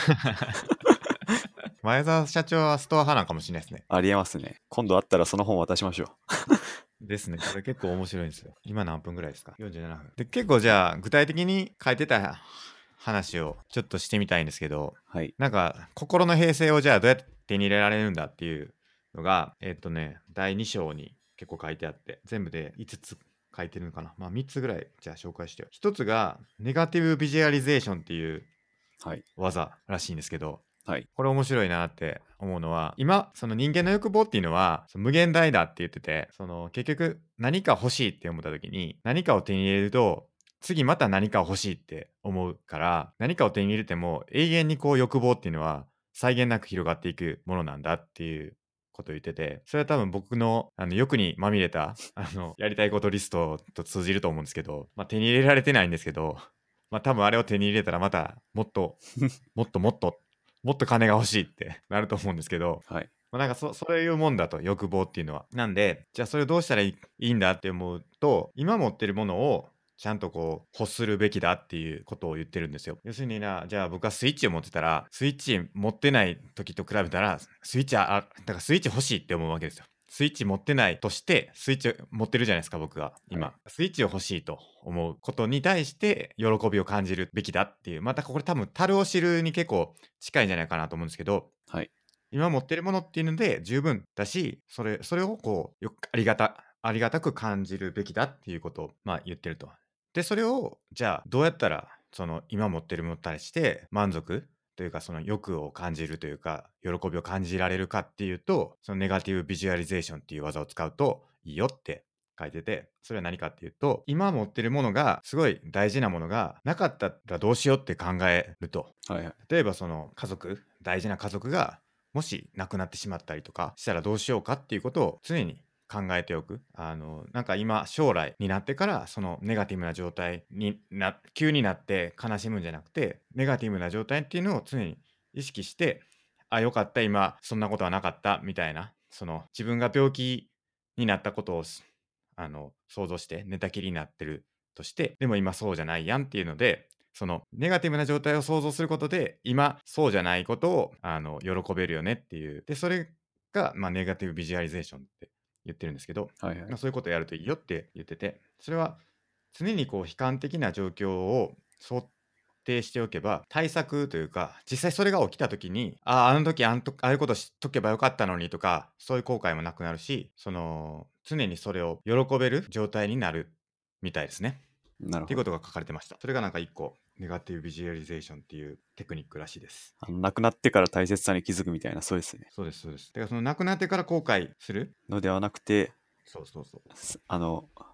前澤社長はストア派なんかもしれないですね。 ありえますね。今度会ったらその本渡しましょう。ですね。これ結構面白いんですよ。今何分ぐらいですか？ 47 分。で、結構じゃあ具体的に書いてた話をちょっとしてみたいんですけど、 はい。 なんか心の平静をじゃあどうやって手に入れられるんだっていうのが、第2章に結構書いてあって、全部で5つ書いてるのかな。まあ3つぐらいじゃあ紹介してよ。1つがネガティブビジュアリゼーションっていう技らしいんですけど、 はい、 これ面白いなって思うのは、今その人間の欲望っていうのは無限大だって言ってて、結局何か欲しいって思った時に何かを手に入れると次また何か欲しいって思うから、何かを手に入れても永遠にこう欲望っていうのは際限なく広がっていくものなんだっていうことを言ってて、それは多分僕の欲にまみれたやりたいことリストと通じると思うんですけど、まあ、手に入れられてないんですけど、まあ多分あれを手に入れたらまたもっともっともっともっと金が欲しいってなると思うんですけど、 はい、 まあ、なんかそういうもんだと、欲望っていうのは。なんで、じゃあそれをどうしたらいいんだって思うと、今持ってるものをちゃんとこう欲するべきだっていうことを言ってるんですよ。要するにじゃあ僕はスイッチを持ってたら、スイッチ持ってない時と比べたら、だからスイッチ欲しいって思うわけですよ。スイッチ持ってないとして、スイッチ持ってるじゃないですか、僕が今。 はい、 スイッチを欲しいと思うことに対して喜びを感じるべきだっていう、またこれ多分樽を知るに結構近いんじゃないかなと思うんですけど、 はい、 今持ってるものっていうので十分だし、それをこうありがたく感じるべきだっていうことをまあ言ってると。で、それをじゃあどうやったらその今持ってるものに対して満足というかその欲を感じるというか喜びを感じられるかっていうと、そのネガティブビジュアリゼーションっていう技を使うといいよって書いてて、それは何かっていうと、今持ってるものがすごい大事なものがなかったらどうしようって考えると、 はい、はい、 例えばその大事な家族がもし亡くなってしまったりとかしたらどうしようかっていうことを常に考えておく。なんか今将来になってからそのネガティブな状態に急になって悲しむんじゃなくて、ネガティブな状態っていうのを常に意識して、あ、よかった、今そんなことはなかったみたいな、その自分が病気になったことを想像して寝たきりになってるとして、でも今そうじゃないやんっていうので、そのネガティブな状態を想像することで今そうじゃないことを喜べるよねっていう、でそれが、まあ、ネガティブビジュアリゼーションって言ってるんですけど、 はい、はい、 まあ、そういうことをやるといいよって言ってて、それは常にこう悲観的な状況を想定しておけば対策というか、実際それが起きた時にあの時ああいうことしとけばよかったのにとか、そういう後悔もなくなるし、常にそれを喜べる状態になるみたいですね。 なるほど。 っていうことが書かれてました。それがなんか一個、ネガティブビジュアリゼーションっていうテクニックらしいです。 亡くなってから大切さに気づくみたいな、そうですね。 そうです、そうです。だからその亡くなってから後悔するのではなくて、 そうそうそう。 あの、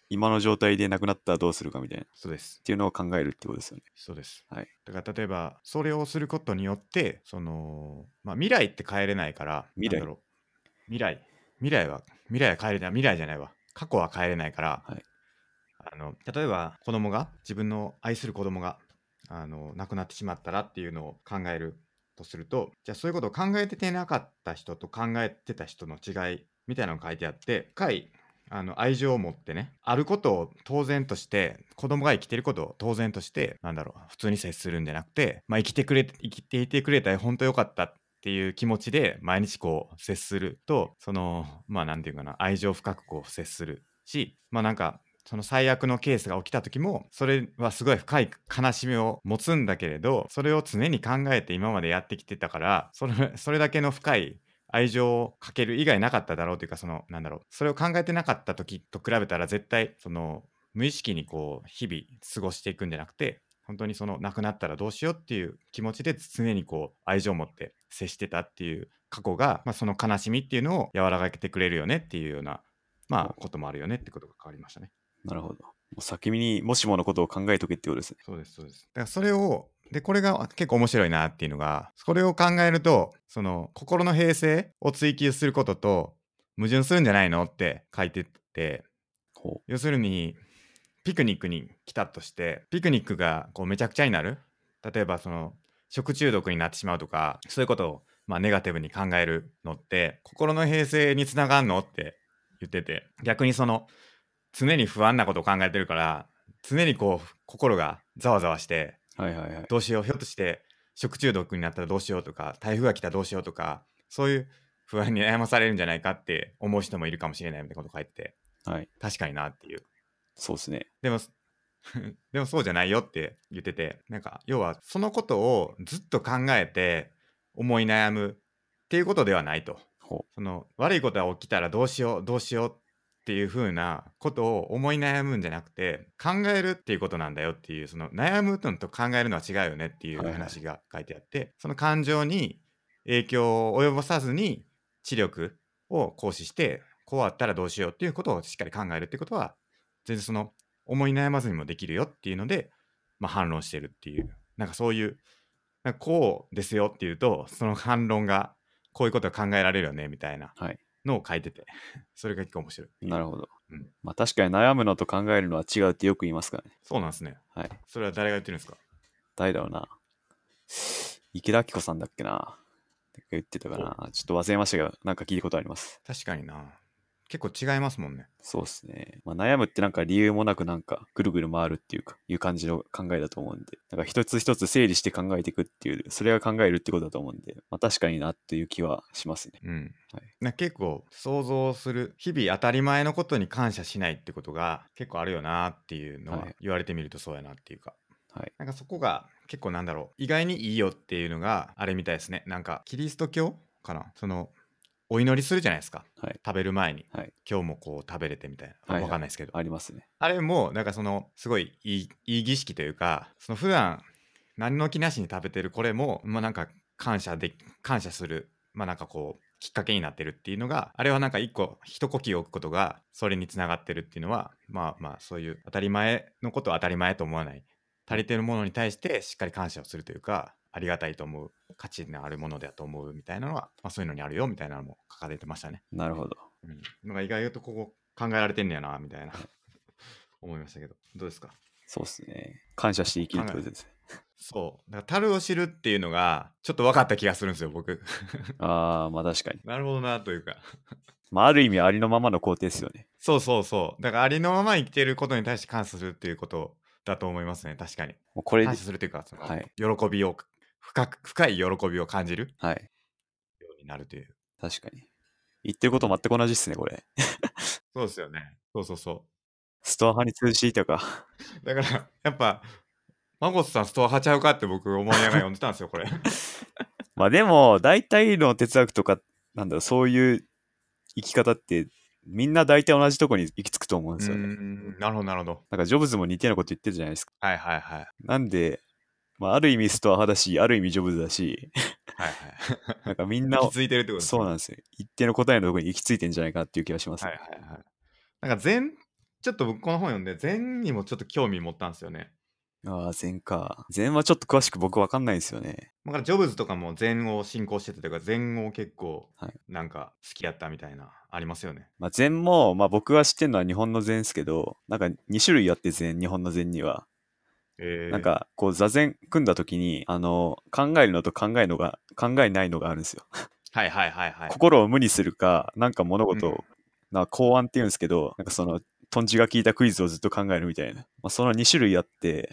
今の状態でなくなったらどうするかみたいなっそうです。 ていうのを考えるってことですよね。 そうです。 はい。 だから例えばそれをすることによって未来って変えれないから未来。 未来未来は変えれない、未来じゃないわ、過去は変えれないから、 はい。 例えば自分の愛する子供が亡くなってしまったらっていうのを考えるとすると、じゃあそういうことを考えてなかった人と考えてた人の違いみたいなのが書いてあって、深い愛情を持ってね、あることを当然として、子供が生きてることを当然として普通に接するんじゃなくて、生きていてくれたら本当よかったっていう気持ちで毎日こう接すると、なんていうかな、愛情深くこう接するし、その最悪のケースが起きた時も、それはすごい深い悲しみを持つんだけれど、それを常に考えて今までやってきてたから、それだけの深い愛情をかける以外なかっただろうというか、それを考えてなかった時と比べたら絶対無意識にこう日々過ごしていくんじゃなくて、本当に亡くなったらどうしようっていう気持ちで常にこう愛情を持って接してたっていう過去が、その悲しみっていうのを和らげてくれるよねっていうようなこともあるよねってことが変わりましたね。 なるほど。もう先にもしものことを考えとけってことですね。 そうです、そうです。だからそれを、これが結構面白いなっていうのが、これを考えると、心の平静を追求することと矛盾するんじゃないのって書いてて、 ほ要するに、ピクニックに来たとして、ピクニックがこうめちゃくちゃになる。例えば食中毒になってしまうとか、そういうことをネガティブに考えるのって、心の平静につながんのって言ってて、逆に常に不安なことを考えてるから、常にこう心がざわざわして、 う。はいはいはい。 どうしよう、ひょっとして食中毒になったらどうしようとか、台風が来たらどうしようとか、そういう不安に悩まされるんじゃないかって思う人もいるかもしれないみたいなこと書いてて、 はい。 確かになっていう。 そうですね。 でもでもそうじゃないよって言ってて、要はそのことをずっと考えて思い悩むっていうことではないと。 ほ悪いことが起きたらどうしようどうしようっていう風なことを思い悩むんじゃなくて、考えるっていうことなんだよっていう、悩むのと考えるのは違うよねっていうはいはい。 話が書いてあって、その感情に影響を及ぼさずに知力を行使して、こうあったらどうしようっていうことをしっかり考えるっていうことは、全然思い悩まずにもできるよっていうので、反論してるっていう、そういう、こうですよっていうと、その反論がこういうことが考えられるよねみたいなはい。 のを書いてて、それが結構面白いっていう。 なるほど。 うん、 まあ確かに悩むのと考えるのは違うってよく言いますからね。 そうなんですね。 はい。 それは誰が言ってるんですか？ 誰だろうな。池田明子さんだっけな。言ってたかな。ちょっと忘れましたが、なんか聞いたことあります。 確かにな。結構違いますもんね。 そうですね。まあ、悩むってなんか理由もなくなんかぐるぐる回るっていうか、いう感じの考えだと思うんで、なんか一つ一つ整理して考えていくっていう、それが考えるってことだと思うんで、まあ確かになっていう気はしますね。 うん。 はい。 結構想像する、日々当たり前のことに感謝しないってことが結構あるよなっていうのははい言われてみるとそうやなっていうか。 はい。 そこが結構意外にいいよっていうのがあれみたいですね。キリスト教かな、お祈りするじゃないですか。 はい。 食べる前に。 はい。 今日もこう食べれてみたいな。 はい、はい。 わかんないですけど。 ありますね。 あれも、すごいいい儀式というか、普段何の気なしに食べてるこれも、感謝する、きっかけになってるっていうのが、あれは一呼吸置くことが、それにつながってるっていうのは、そういう当たり前のことを当たり前と思わない。足りてるものに対してしっかり感謝をするというか、ありがたいと思う、価値のあるものだと思うみたいなのは、そういうのにあるよみたいなのも書かれてましたね。 なるほど。 意外とここ考えられてんねやな、みたいな思いましたけど、どうですか？ そうですね。感謝して生きるってことですね。 そう。だから樽を知るっていうのが、ちょっと分かった気がするんですよ、僕。 ああ、まあ確かに。 なるほどな、というか。 まあある意味ありのままの肯定ですよね。 そうそうそう。だからありのまま生きていることに対して感謝するっていうことだと思いますね、確かに。 もうこれで、 感謝するというか、 はい。 喜びを、深い喜びを感じるはい。 ようになるという。 確かに。言ってること全く同じっすね、これ。 そうですよね。そうそうそストア派に通じていたか。 う。だから、やっぱ、マゴスさんストア派ちゃうかって僕思いながら読んでたんですよ、これ。 まあでも、大体の哲学とか、なんだろう、そういう生き方って、みんな大体同じとこに行き着くと思うんですよね。 なるほど、なるほど。 なんかジョブズも似たようなこと言ってるじゃないですか。 はいはいはい。 なんで、まあある意味ストア派だし、ある意味ジョブズだし、 はいはい。 なんかみんな、 行き着いてるってことですね。 そうなんですよ。一定の答えのところに行き着いてんじゃないかなっていう気がしますね。 はいはいはい。なんか禅ちょっと僕この本読んで禅にもちょっと興味持ったんですよね。 ああ、禅か。禅はちょっと詳しく僕わかんないんですよね。 だからジョブズとかも禅を信仰してたというか、禅を結構はい。 なんか好きやったみたいなありますよね。 まあ、禅も、まあ僕が知ってるのは日本の禅ですけど、なんか2種類あって禅、日本の禅には。なんえか、こう座禅組んだ時に、考えるのと考えないのがあるんですよ。 はいはいはいはい。 心を無にするか、なんか物うん。 事を、公案って言うんですけど、なんかその、トンチが効いたクイズをずっと考えるみたいな。まあ、その2種類あって、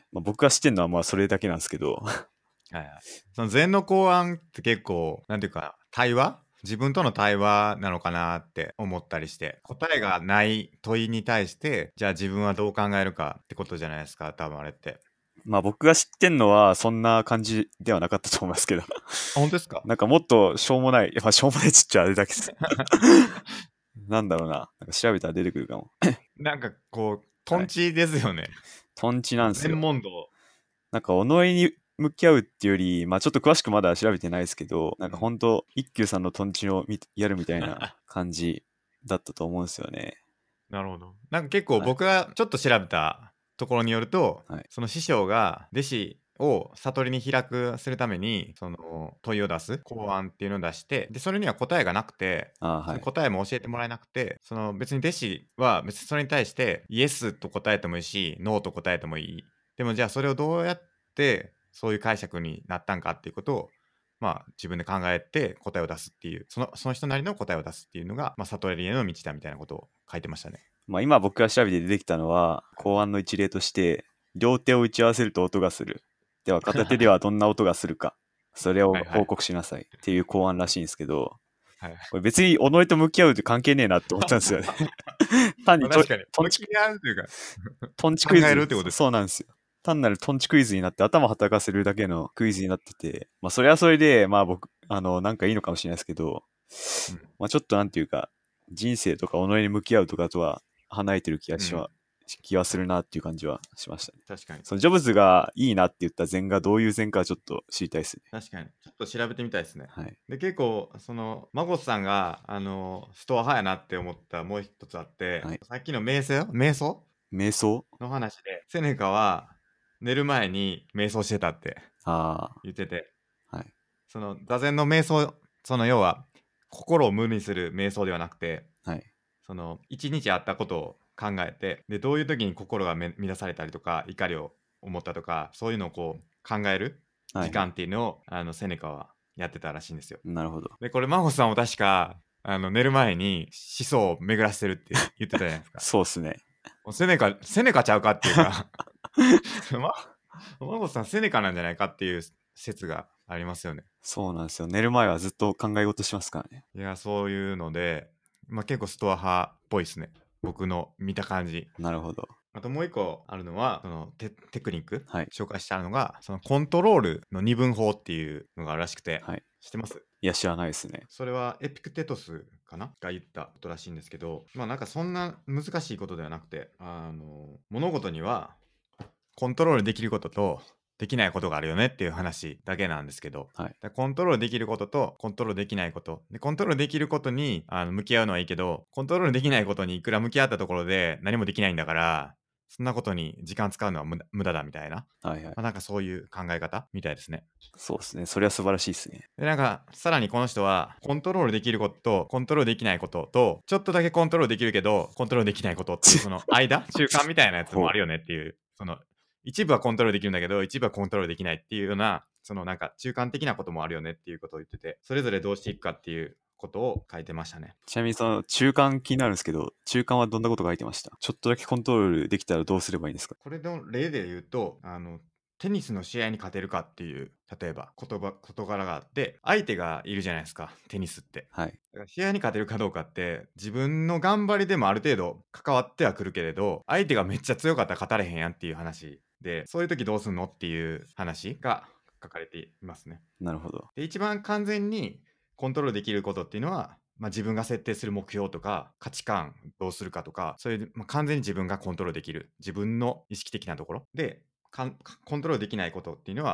まあ、僕が知ってるのはまあそれだけなんですけど、 はいはい。その禅の考案って結構、なんていうか、対話自分との対話なのかなって思ったりして、答えがない問いに対して、じゃあ自分はどう考えるかってことじゃないですか、多分あれって。 まあ僕が知ってんのはそんな感じではなかったと思いますけど、 あ、本当ですか？ なんかもっとしょうもない、まあしょうもないっつっちゃあれだけど、なんだろうな、なんか調べたら出てくるかも。 なんかこう、トはい。 ンチですよね。 トンチなんですよ。 禅問答。 なんか、己に向き合うっていうより、まあちょっと詳しくまだ調べてないですけど、なんかうん。 本当一休さんのトンチをやるみたいな感じだったと思うんですよね。 なるほど。なんか結構はい。 僕がちょっと調べたところによると、 はい。 その師匠が弟子を悟りに開くするために、その問いを出す考案っていうのを出して、で、それには答えがなくて、 ああ、はい。 その答えも教えてもらえなくて、その別に弟子は別にそれに対してイエスと答えてもいいし、ノーと答えてもいい。でもじゃあそれをどうやってそういう解釈になったんかっていうことを、まあ自分で考えて答えを出すっていう、その人なりの答えを出すっていうのが、まあ悟りへの道だみたいなことを書いてましたね。 まあ今僕が調べて出てきたのは、公安の一例として、両手を打ち合わせると音がする。では片手ではどんな音がするか。それを報はいはい。 告しなさいっていう公安らしいんですけど、 はい。 これ別に己と向き合うって関係ねえなって思ったんですよね。単にまあ、確かに。 トンチ向き合うというか、 トンチクイ考えるズ、 ってことですか？ そうなんですよ。単なるトンチクイズになって頭働かせるだけのクイズになってて、まあそれはそれで、まあ僕、なんかいいのかもしれないですけど、 うん。 まあちょっとなんていうか、人生とか己に向き合うとかとは離れてるうん。 気はするなっていう感じはしましたね。 確かに。 そのジョブズがいいなって言った禅がどういう禅かちょっと知りたいですね。 確かに。ちょっと調べてみたいですね。 はい。 で、結構、マゴスさんが、ストア派やなって思ったもう一つあって、 はい。 さっきの瞑想瞑想。 の話で、セネカは寝る前に瞑想してたってあ言ってて、 あ、はい。 その座禅の瞑想、その要は、心を無にする瞑想ではなくて、 はい。 その一日あったことを考えて、でどういう時に心が乱されたりとか怒りを思ったとかそういうのをこう考えるはいはい。 時間っていうのをセネカはやってたらしいんですよ。 なるほど。 でこれ真帆さんも確か寝る前に思想を巡らせてるって言ってたじゃないですか。 そうっすね。 もうセネカちゃうかっていうかま真帆さんセネカなんじゃないかっていう説がありますよね。 そうなんですよ。寝る前はずっと考え事しますからね。 いやそういうので、まあ、結構ストア派っぽいですね、僕の見た感じ。 なるほど。 あともう一個あるのは、そのテクニックはい。 紹介してあるのが、そのコントロールの二分法っていうのがあるらしくて、 はい。 知ってます？ いや、知らないですね。 それはエピクテトスかなが言ったことらしいんですけど、まあなんかそんな難しいことではなくて、物事にはコントロールできることとできないことがあるよねっていう話だけなんですけど、 はい。 コントロールできることとコントロールできないことで、コントロールできることに向き合うのはいいけど、コントロールできないことにいくら向き合ったところで何もできないんだから、そんなことに時間使うのは無駄だみたいな、 はいはい。 なんかそういう考え方みたいですね。 そうですね。それは素晴らしいですね。 でなんかさらにこの人はコントロールできることとコントロールできないこととちょっとだけコントロールできるけどコントロールできないことっていうその中間みたいなやつもほう。 あるよねっていう、その一部はコントロールできるんだけど一部はコントロールできないっていうような、そのなんか中間的なこともあるよねっていうことを言ってて、それぞれどうしていくかっていうことを書いてましたね。 ちなみにその中間気になるんですけど、中間はどんなこと書いてました？ちょっとだけコントロールできたらどうすればいいんですか？ これの例で言うとテニスの試合に勝てるかっていう、例えば事柄があって、相手がいるじゃないですか、テニスって。 はい。 だから試合に勝てるかどうかって自分の頑張りでもある程度関わってはくるけれど、相手がめっちゃ強かったら勝たれへんやんっていう話で、そういう時どうすんのっていう話が書かれていますね。 なるほど。 で一番完全にコントロールできることっていうのは、自分が設定する目標とか価値観どうするかとか、そういう、完全に自分がコントロールできる自分の意識的なところで、コントロールできないことっていうのは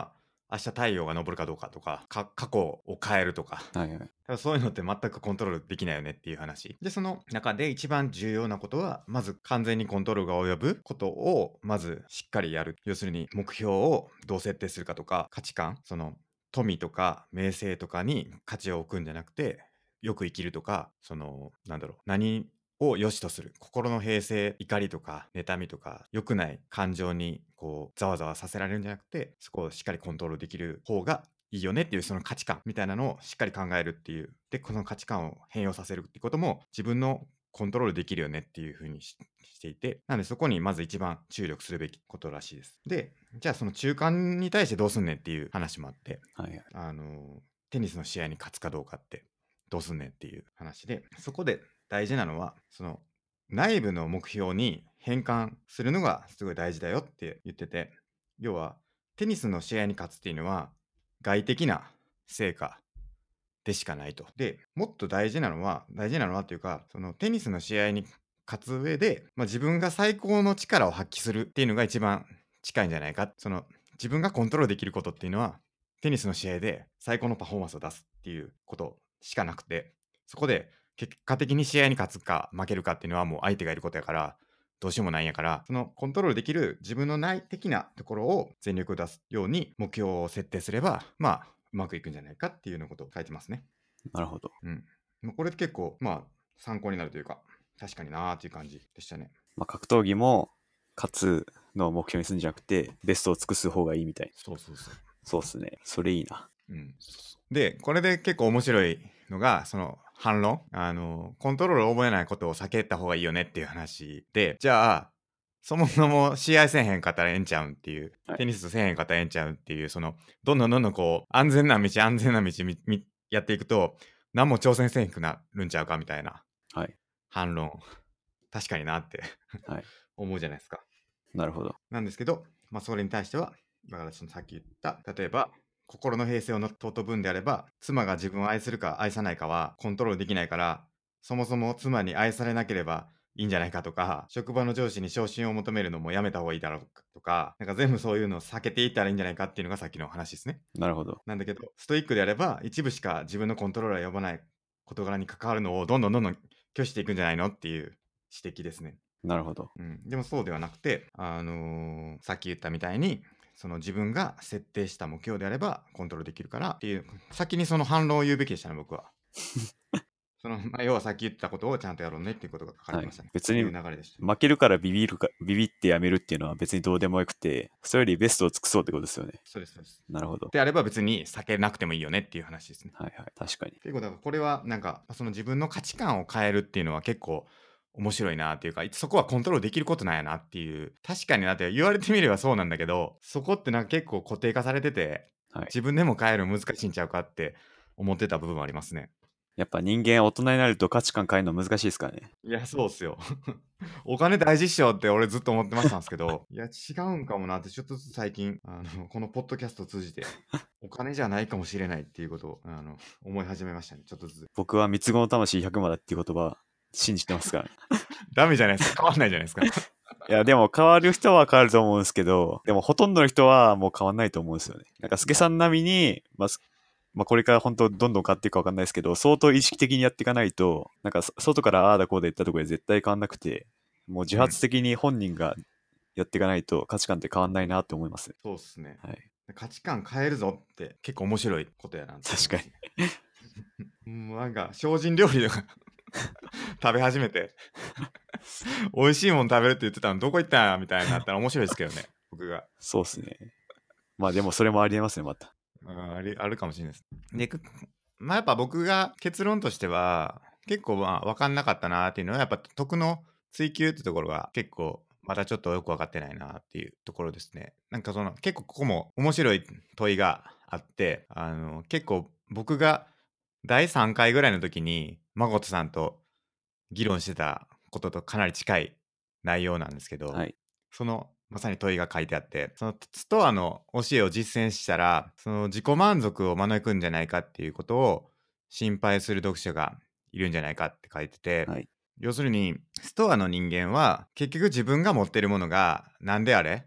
明日太陽が昇るかどうかとか、過去を変えるとか、 はいはい。 ただそういうのって全くコントロールできないよねっていう話で、その中で一番重要なことはまず完全にコントロールが及ぶことをまずしっかりやる。要するに目標をどう設定するかとか、価値観、その富とか名声とかに価値を置くんじゃなくて、よく生きるとか、そのなんだろう、何を良しとする心の平静、怒りとか妬みとか良くない感情にこうざわざわさせられるんじゃなくて、そこをしっかりコントロールできる方がいいよねっていう、その価値観みたいなのをしっかり考えるっていう。でこの価値観を変容させるってことも自分のコントロールできるよねっていう風にしていて、なのでそこにまず一番注力するべきことらしいです。でじゃあその中間に対してどうすんねんっていう話もあって、 はいはい。 テニスの試合に勝つかどうかってどうすんねんっていう話で、そこで大事なのはその内部の目標に変換するのがすごい大事だよって言ってて、要はテニスの試合に勝つっていうのは外的な成果でしかないと。でもっと大事なのはっていうか、そのテニスの試合に勝つ上で、自分が最高の力を発揮するっていうのが一番近いんじゃないか。その自分がコントロールできることっていうのはテニスの試合で最高のパフォーマンスを出すっていうことしかなくて、そこで結果的に試合に勝つか負けるかっていうのはもう相手がいることやからどうしようもないんやから、そのコントロールできる自分の内的なところを全力を出すように目標を設定すればうまくいくんじゃないかっていうようなことを書いてますね。 なるほど。 これ結構参考になるというか、確かになーっていう感じでしたね。 格闘技も勝つのを目標にするんじゃなくて、ベストを尽くす方がいいみたい。 そうそうそう。 そうっすね。それいいな。 でこれで結構面白いのがその反論、コントロールを覚えないことを避けた方がいいよねっていう話で、じゃあそもそも試合せえへんかったらええんちゃうんっていう、 はいテニスせえへんかったらええんちゃうんっていう、そのどんどんこう安全な道やっていくと何も挑戦せえへんくなるんちゃうかみたいなはい。 反論、確かになってはい。 思うじゃないですか。 なるほど。 なんですけど、それに対してはだからそのさっき言った例えば心の平静を尊ぶんであれば、妻が自分を愛するか愛さないかはコントロールできないから、そもそも妻に愛されなければいいんじゃないかとか、職場の上司に昇進を求めるのもやめた方がいいだろうかとか、なんか全部そういうのを避けていったらいいんじゃないかっていうのがさっきの話ですね。 なるほど。 なんだけど、ストイックであれば一部しか自分のコントロールは呼ばない事柄に関わるのをどんどん拒否していくんじゃないのっていう指摘ですね。 なるほど。 でもそうではなくて、さっき言ったみたいにその自分が設定した目標であればコントロールできるからっていう、先にその反論を言うべきでしたね、僕は。その要はさっき言ったことをちゃんとやろうねっていうことが書かれてましたね。 別にっていう流れでした。 負けるからビビってやめるっていうのは別にどうでもよくて、それよりベストを尽くそうってことですよね。 そうです、そうです。 なるほど。 であれば別に避けなくてもいいよねっていう話ですね。 はいはい。確かに。 結構だからこれはなんかその自分の価値観を変えるっていうのは結構面白いなっていうか、そこはコントロールできることなんやなっていう、確かになって言われてみればそうなんだけど、そこってなんか結構固定化されてて、 はい。 自分でも変えるの難しいんちゃうかって思ってた部分はありますね。 やっぱ人間大人になると価値観変えるの難しいですからね。 いやそうっすよ。お金大事っしょって俺ずっと思ってましたんですけど、いや違うんかもなってちょっとずつ最近このポッドキャストを通じてお金じゃないかもしれないっていうことを思い始めましたね、ちょっとずつ。 僕は三つ子の魂100万だっていう言葉信じてますからね。 ダメじゃないですか、変わんないじゃないですか。 いや、でも変わる人は変わると思うんですけど、でもほとんどの人はもう変わんないと思うんですよね。なんか、スケさん並みに、これから本当どんどん変わっていくか分かんないですけど、相当意識的にやっていかないと、なんか外からああだこうだ言ったところで絶対変わんなくて、もう自発的に本人がやっていかないと価値観って変わんないなって思いますね。 そうっすね。 はい。 価値観変えるぞって結構面白いことやなって思いますね。もうなんか精進料理とか食べ始めて美味しいもん食べるって言ってたのどこ行ったんやみたいになったら面白いですけどね、僕が。 そうっすね。まあでもそれもありえますね、また。 あるかもしれないです。で、やっぱ僕が結論としては結構分かんなかったなっていうのは、やっぱ徳の追求ってところが結構またちょっとよく分かってないなっていうところですね。なんかその結構ここも面白い問いがあって、結構僕が第3回ぐらいの時に誠さんと議論してたこととかなり近い内容なんですけど、 はい。 そのまさに問いが書いてあって、そのストアの教えを実践したらその自己満足を招くんじゃないかっていうことを心配する読者がいるんじゃないかって書いてて、 はい。 要するにストアの人間は結局自分が持ってるものが何であれ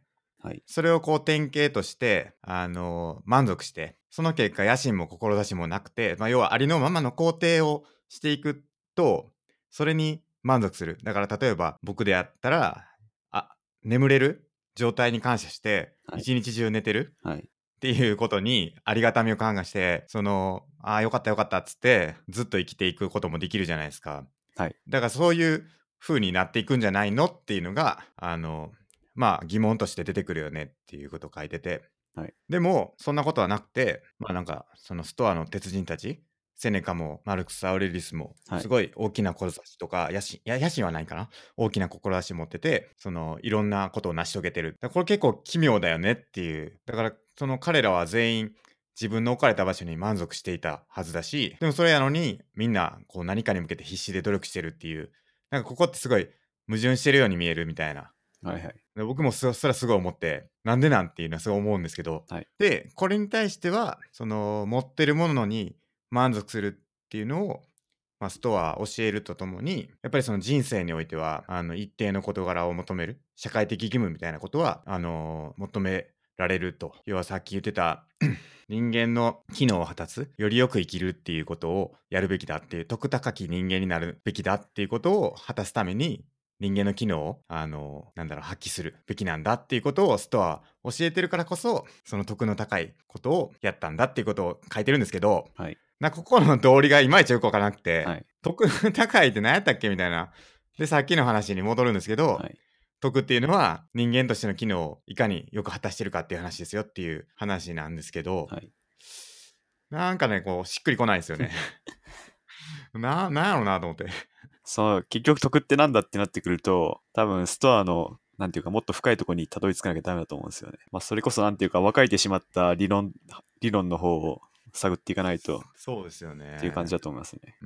はい。 それをこう典型として満足して、その結果野心も志もなくて、要はありのままの肯定をしていくと、それに満足する。だから例えば僕であったら、眠れる状態に感謝してはい。 一日中寝てるはい。 っていうことにありがたみを感謝して、よかったよかったっつってずっと生きていくこともできるじゃないですか。 はい。 だからそういう風になっていくんじゃないのっていうのが疑問として出てくるよねっていうことを書いてて、 はい。 でもそんなことはなくて、そのストアの鉄人たち、セネカもマルクス・アウレリスもはい。 すごい大きな志とか野心はないかな、大きな志持ってて、いろんなことを成し遂げてる。だからこれ結構奇妙だよねっていう。だからその彼らは全員自分の置かれた場所に満足していたはずだし、でもそれやのにみんなこう何かに向けて必死で努力してるっていう、なんかここってすごい矛盾してるように見えるみたいな。 はい。はい。 で僕もそれはすごい思って、なんでなんていうのはすごい思うんですけど、 はい。 でこれに対しては持ってるものに満足するっていうのを、ストアは教えるとともに、やっぱりその人生においては一定の事柄を求める社会的義務みたいなことは求められると。要はさっき言ってた人間の機能を果たす、よりよく生きるっていうことをやるべきだっていう、徳高き人間になるべきだっていうことを果たすために、人間の機能を発揮するべきなんだっていうことをストアは教えてるからこそ、その徳の高いことをやったんだっていうことを書いてるんですけど、 はい。 ここの道理がいまいちよくわからなくて、 はい。 徳高いって何やったっけみたいな。で、さっきの話に戻るんですけど、 はい。 徳っていうのは人間としての機能をいかによく果たしてるかっていう話ですよっていう話なんですけど、 はい。 なんかね、こう、しっくりこないですよね。なんやろうなと思って。 そう、結局得ってなんだってなってくると、多分ストアの、なんていうか、もっと深いところにたどり着かなきゃダメだと思うんですよね。それこそなんていうか、分かれてしまった理論の方を探っていかないとそうですよっていう感じね。 だと思いますね。 うん。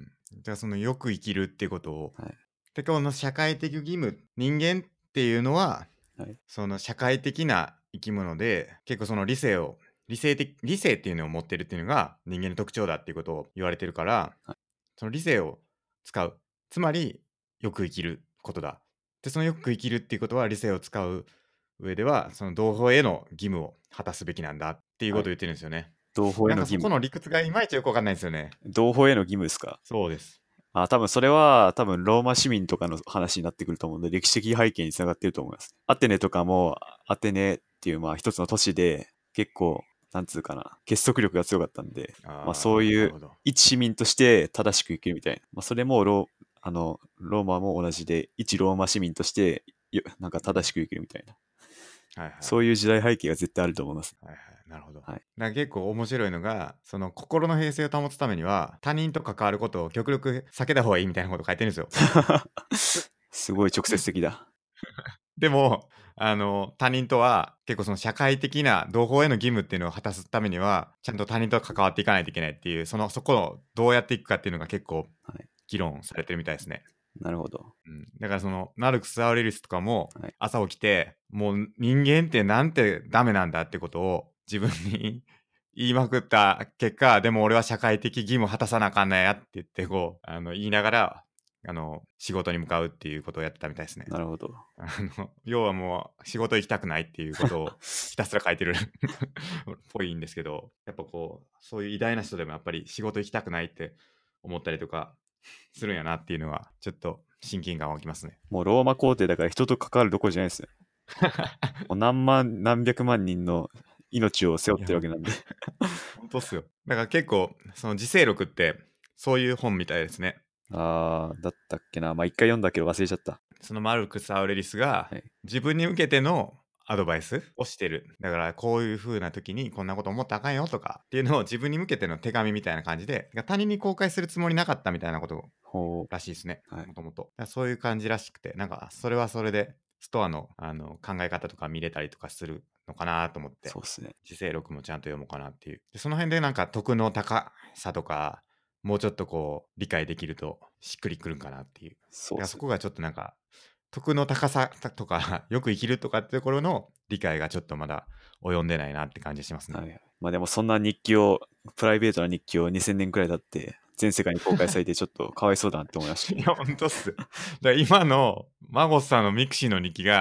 じゃあそのよく生きるっていうことを、 はい。 で、この社会的義務、人間っていうのは、 はい。 その社会的な生き物で、結構その理性っていうのを持ってるっていうのが人間の特徴だっていうことを言われてるから、 はい。 その理性を使う。つまり、よく生きることだ。で、そのよく生きるっていうことは理性を使う上では、その同胞への義務を果たすべきなんだっていうこはい。 とを言ってるんですよね。 同胞への義務。 そこの理屈がいまいちよくわかんないんですよね。 同胞への義務ですか？ そうです。 多分それは多分ローマ市民とかの話になってくると思うんで、歴史的背景につながってると思います。アテネとかも、アテネっていう一つの都市で結構、なんつうかな、結束力が強かったんで、そういうなるほど。 一市民として正しく生きるみたいな。それもローマも同じで、一ローマ市民としてなんか正しく生きるみたいな。 はいはい。 そういう時代背景が絶対あると思います。 はいはい。なるほど。 はい。 結構面白いのが、その心の平静を保つためには、他人と関わることを極力避けた方がいいみたいなこと書いてるんですよ。 すごい直接的だ。 でも、他人とは結構その社会的な同胞への義務っていうのを果たすためには、ちゃんと他人と関わっていかないといけないっていう、そこをどうやっていくかっていうのが結構はい。 議論されてるみたいですね。 なるほど。 だからそのマルクス・アウレリスとかもはい。 朝起きて、もう人間ってなんてダメなんだってことを自分に言いまくった結果、でも俺は社会的義務を果たさなあかんないやって言ってこう言いながら仕事に向かうっていうことをやってたみたいですね。 なるほど。 要はもう仕事行きたくないっていうことをひたすら書いてるっぽいんですけど、やっぱこうそういう偉大な人でもやっぱり仕事行きたくないって思ったりとかするんやなっていうのはちょっと親近感湧きますね。 もうローマ皇帝だから人と関わるどころじゃないですよ。もう何百万人の命を背負ってるわけなんで。 本当っすよ。だから結構その自制力ってそういう本みたいですね。 だったっけな。一回読んだけど忘れちゃった。 そのマルクス・アウレリスがはい。 自分に向けてのアドバイスをしてる。だからこういう風な時にこんなこと思ったらあかんよとかっていうのを自分に向けての手紙みたいな感じで、他人に公開するつもりなかったみたいなことほらしいですね。 はい。 もともと。そういう感じらしくて、それはそれでストアの考え方とか見れたりとかするのかなと思って、 そうっすね。 自制力もちゃんと読もうかなっていう。でその辺で徳の高さとか、もうちょっとこう理解できるとしっくりくるんかなっていう。 そうっすね。 そこがちょっと徳の高さとかよく生きるとかってところの理解がちょっとまだ及んでないなって感じしますね。 はい。でもそんなプライベートな日記を2000年くらい経って全世界に公開されてちょっとかわいそうだなって思いました。 いや、ほんとっす。だから今のマゴスさんのミクシーの日記が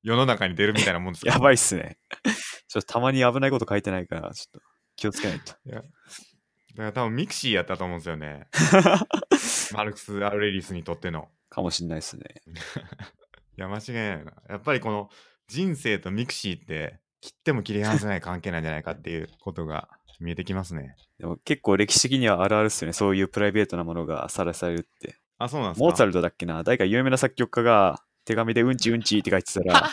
世の中に出るみたいなもんですか。 やばいっすね。ちょっとたまに危ないこと書いてないから、ちょっと気をつけないと。 いや、だから多分ミクシーやったと思うんですよね。マルクス・アウレリウスにとっての。 かもしんないっすね。 いや、間違いないな。やっぱりこの人生とミクシーって切っても切り離せない関係なんじゃないかっていうことが見えてきますね。 でも結構歴史的にはあるあるっすよね。そういうプライベートなものがさらされるって。 あ、そうなんですか。 モーツァルトだっけな、誰か有名な作曲家が手紙でうんちうんちって書いてたら、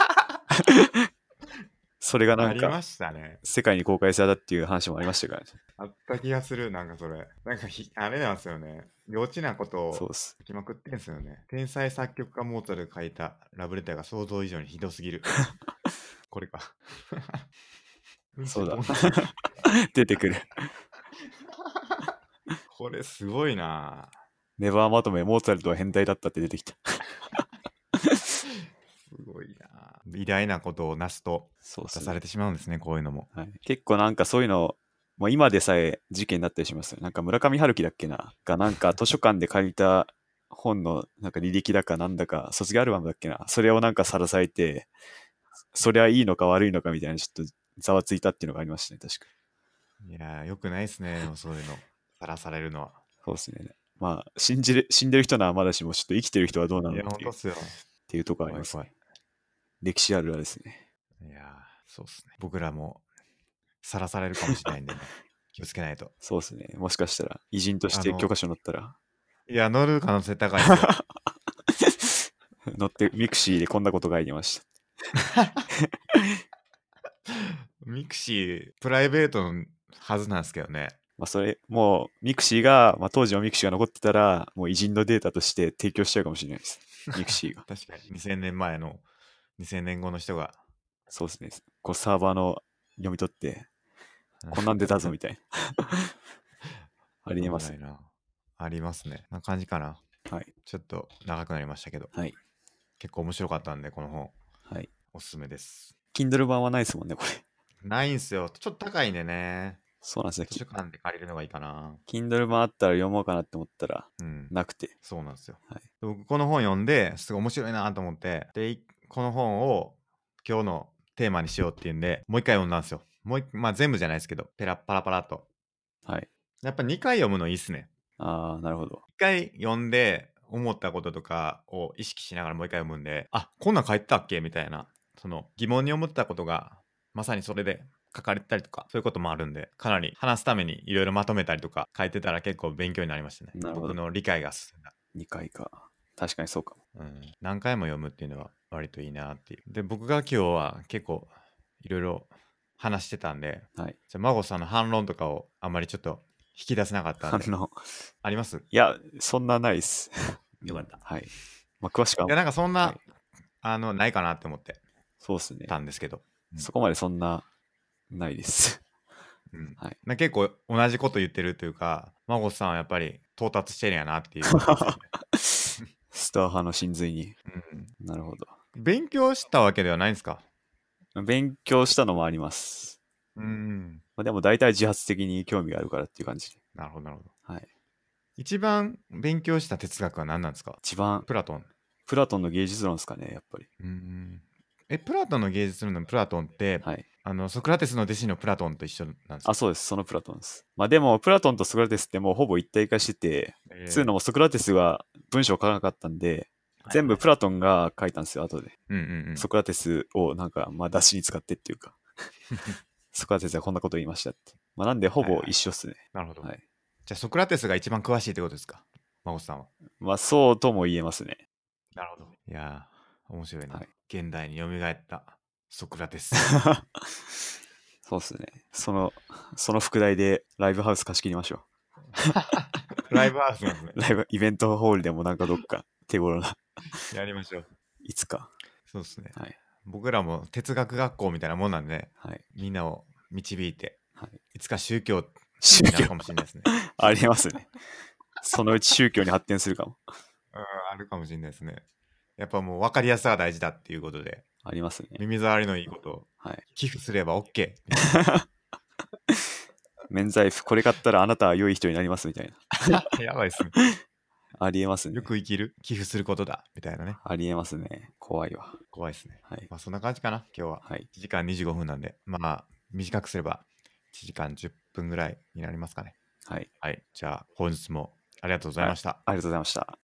それがなんかありましたね。 世界に公開されたっていう話もありましたからね。 あった気がする、なんかそれ。なんかあれなんですよね。幼稚なことをそうっす。 書きまくってんすよね。天才作曲家モーツァルトが書いたラブレターが想像以上にひどすぎる。これか。 そうだうんちポン出てくる。 これすごいな。 ネバーまとめ、モーツァルトは変態だったって出てきた。 すごいな。偉大なことをなすとそうっすね。 出されてしまうんですね、こういうのも。 はい、結構なんかそういうの、もう今でさえ事件になったりしますよ。なんか村上春樹だっけながなんか図書館で借りた本のなんか履歴だかなんだか卒業アルバムだっけな、それをなんかさらされて、それはいいのか悪いのかみたいなちょっとざわついたっていうのがありましたね、確か。 いやー、よくないですね、でもそういうの。さらされるのは。 そうですね。まあ死んでる人ならまだしもちょっと生きてる人はどうなのいや、 っていうほんとっすよ。 っていうところあります怖いね。歴史あるあるですね。 いやー、そうっすね。僕らもさらされるかもしれないんでね。気をつけないと。 そうですね。もしかしたら偉人として教科書載ったらいや、乗る可能性高いですよ。 載ってミクシーでこんなこと書いてました。 ミクシー、プライベートのはずなんですけどね。 まあそれ、もうミクシーが、まあ当時のミクシーが残ってたら、もう偉人のデータとして提供しちゃうかもしれないです。ミクシーが。 確かに。2000年前の、2000年後の人が。 そうですね。こうサーバーの読み取って、こんなん出たぞみたいな。ありえますね。 危ないな。ありますね。な感じかな。 はい。 ちょっと長くなりましたけど、 はい。 結構面白かったんで、この本、 はい。 おすすめです。 Kindle 版はないですもんね、これ。 ないんすよ。ちょっと高いんでね。 そうなんですね。 図書館で借りるのがいいかな。 Kindle 版あったら読もうかなって思ったら、 うん。 なくて。 そうなんですよ。 はい。 僕、この本読んで、すごい面白いなと思って、で、この本を今日のテーマにしようっていうんで、もう一回読んだんですよ。まあ全部じゃないですけど、パラパラと。 はい。 やっぱ2回読むのいいっすね。 ああ、なるほど。 1回読んで、思ったこととかを意識しながらもう一回読むんで、あ、こんなん書いてたっけみたいな、その疑問に思ったことが、まさにそれで書かれてたりとか、そういうこともあるんで、かなり話すためにいろいろまとめたりとか書いてたら結構勉強になりましたね。 なるほど僕の理解が進んだ。 2回か。確かにそうかも。 うん、何回も読むっていうのは割といいなっていう。で、僕が今日は結構いろいろ話してたんで、 はい。 じゃあ孫さんの反論とかをあんまりちょっと引き出せなかったんで、あります？ いや、そんなないっす。 よかった。 はい。まあ、詳しくは。 いや、なんかそんな、 はいないかなって思ってそうっすね。 たんですけど。 そこまでそんな、ないです。 うんはい。 結構同じこと言ってるというか、孫さんはやっぱり到達してるんやなっていうことですよね。 スター派の真髄に。 うん、 なるほど。 勉強したわけではないんですか？ 勉強したのもあります。 うん。 まあ、でも大体自発的に興味があるからっていう感じで。 なるほど、なるほど。 はい。 一番勉強した哲学は何なんですか？ 一番、 プラトン。 プラトンの芸術論ですかね、やっぱり。 プラトンの芸術論のプラトンって、 はい。 ソクラテスの弟子のプラトンと一緒なんですか？ あ、そうです。そのプラトンです。まあでも、プラトンとソクラテスってもうほぼ一体化してて、つうのもソクラテスは文章を書かなかったんで、全部プラトンが書いたんですよ、後で。ソクラテスをなんか、まあ出しに使ってっていうか、ソクラテスはこんなこと言いましたって。まあなんでほぼ一緒っすね。 なるほど。 はい。 じゃあソクラテスが一番詳しいってことですか？孫さんは。 まあそうとも言えますね。 なるほど。いやー、面白いな。 はい。 現代に蘇ったソクラテス。 そうっすね。その副題でライブハウス貸し切りましょライブハウスなんですね。 う。ライブ、イベントホールでもなんかどっか手頃な。 やりましょう。 いつか。 そうですね。 はい。 僕らも哲学学校みたいなもんなんで、 はい。 みんなを導いて、 はい。 いつか宗教宗教になるかもしれないですね。 ありますね。そのうち宗教に発展するかも。 あるかもしれないですね。やっぱもう分かりやすさが大事だっていうことで、 ありますね。 耳障りのいいことをはい。 寄付すれば OK。 免罪符、これ買ったらあなたは良い人になりますみたいな。 やばいっすね。 ありえますね。 よく生きる、寄付することだみたいなね。 ありえますね。怖いわ。 怖いですね。 はい。 まあそんな感じかな、今日は。 はい。 1時間25分なんで、まあ短くすれば1時間10分ぐらいになりますかね。 はい。 はい。じゃあ本日もありがとうございました。 ありがとうございました。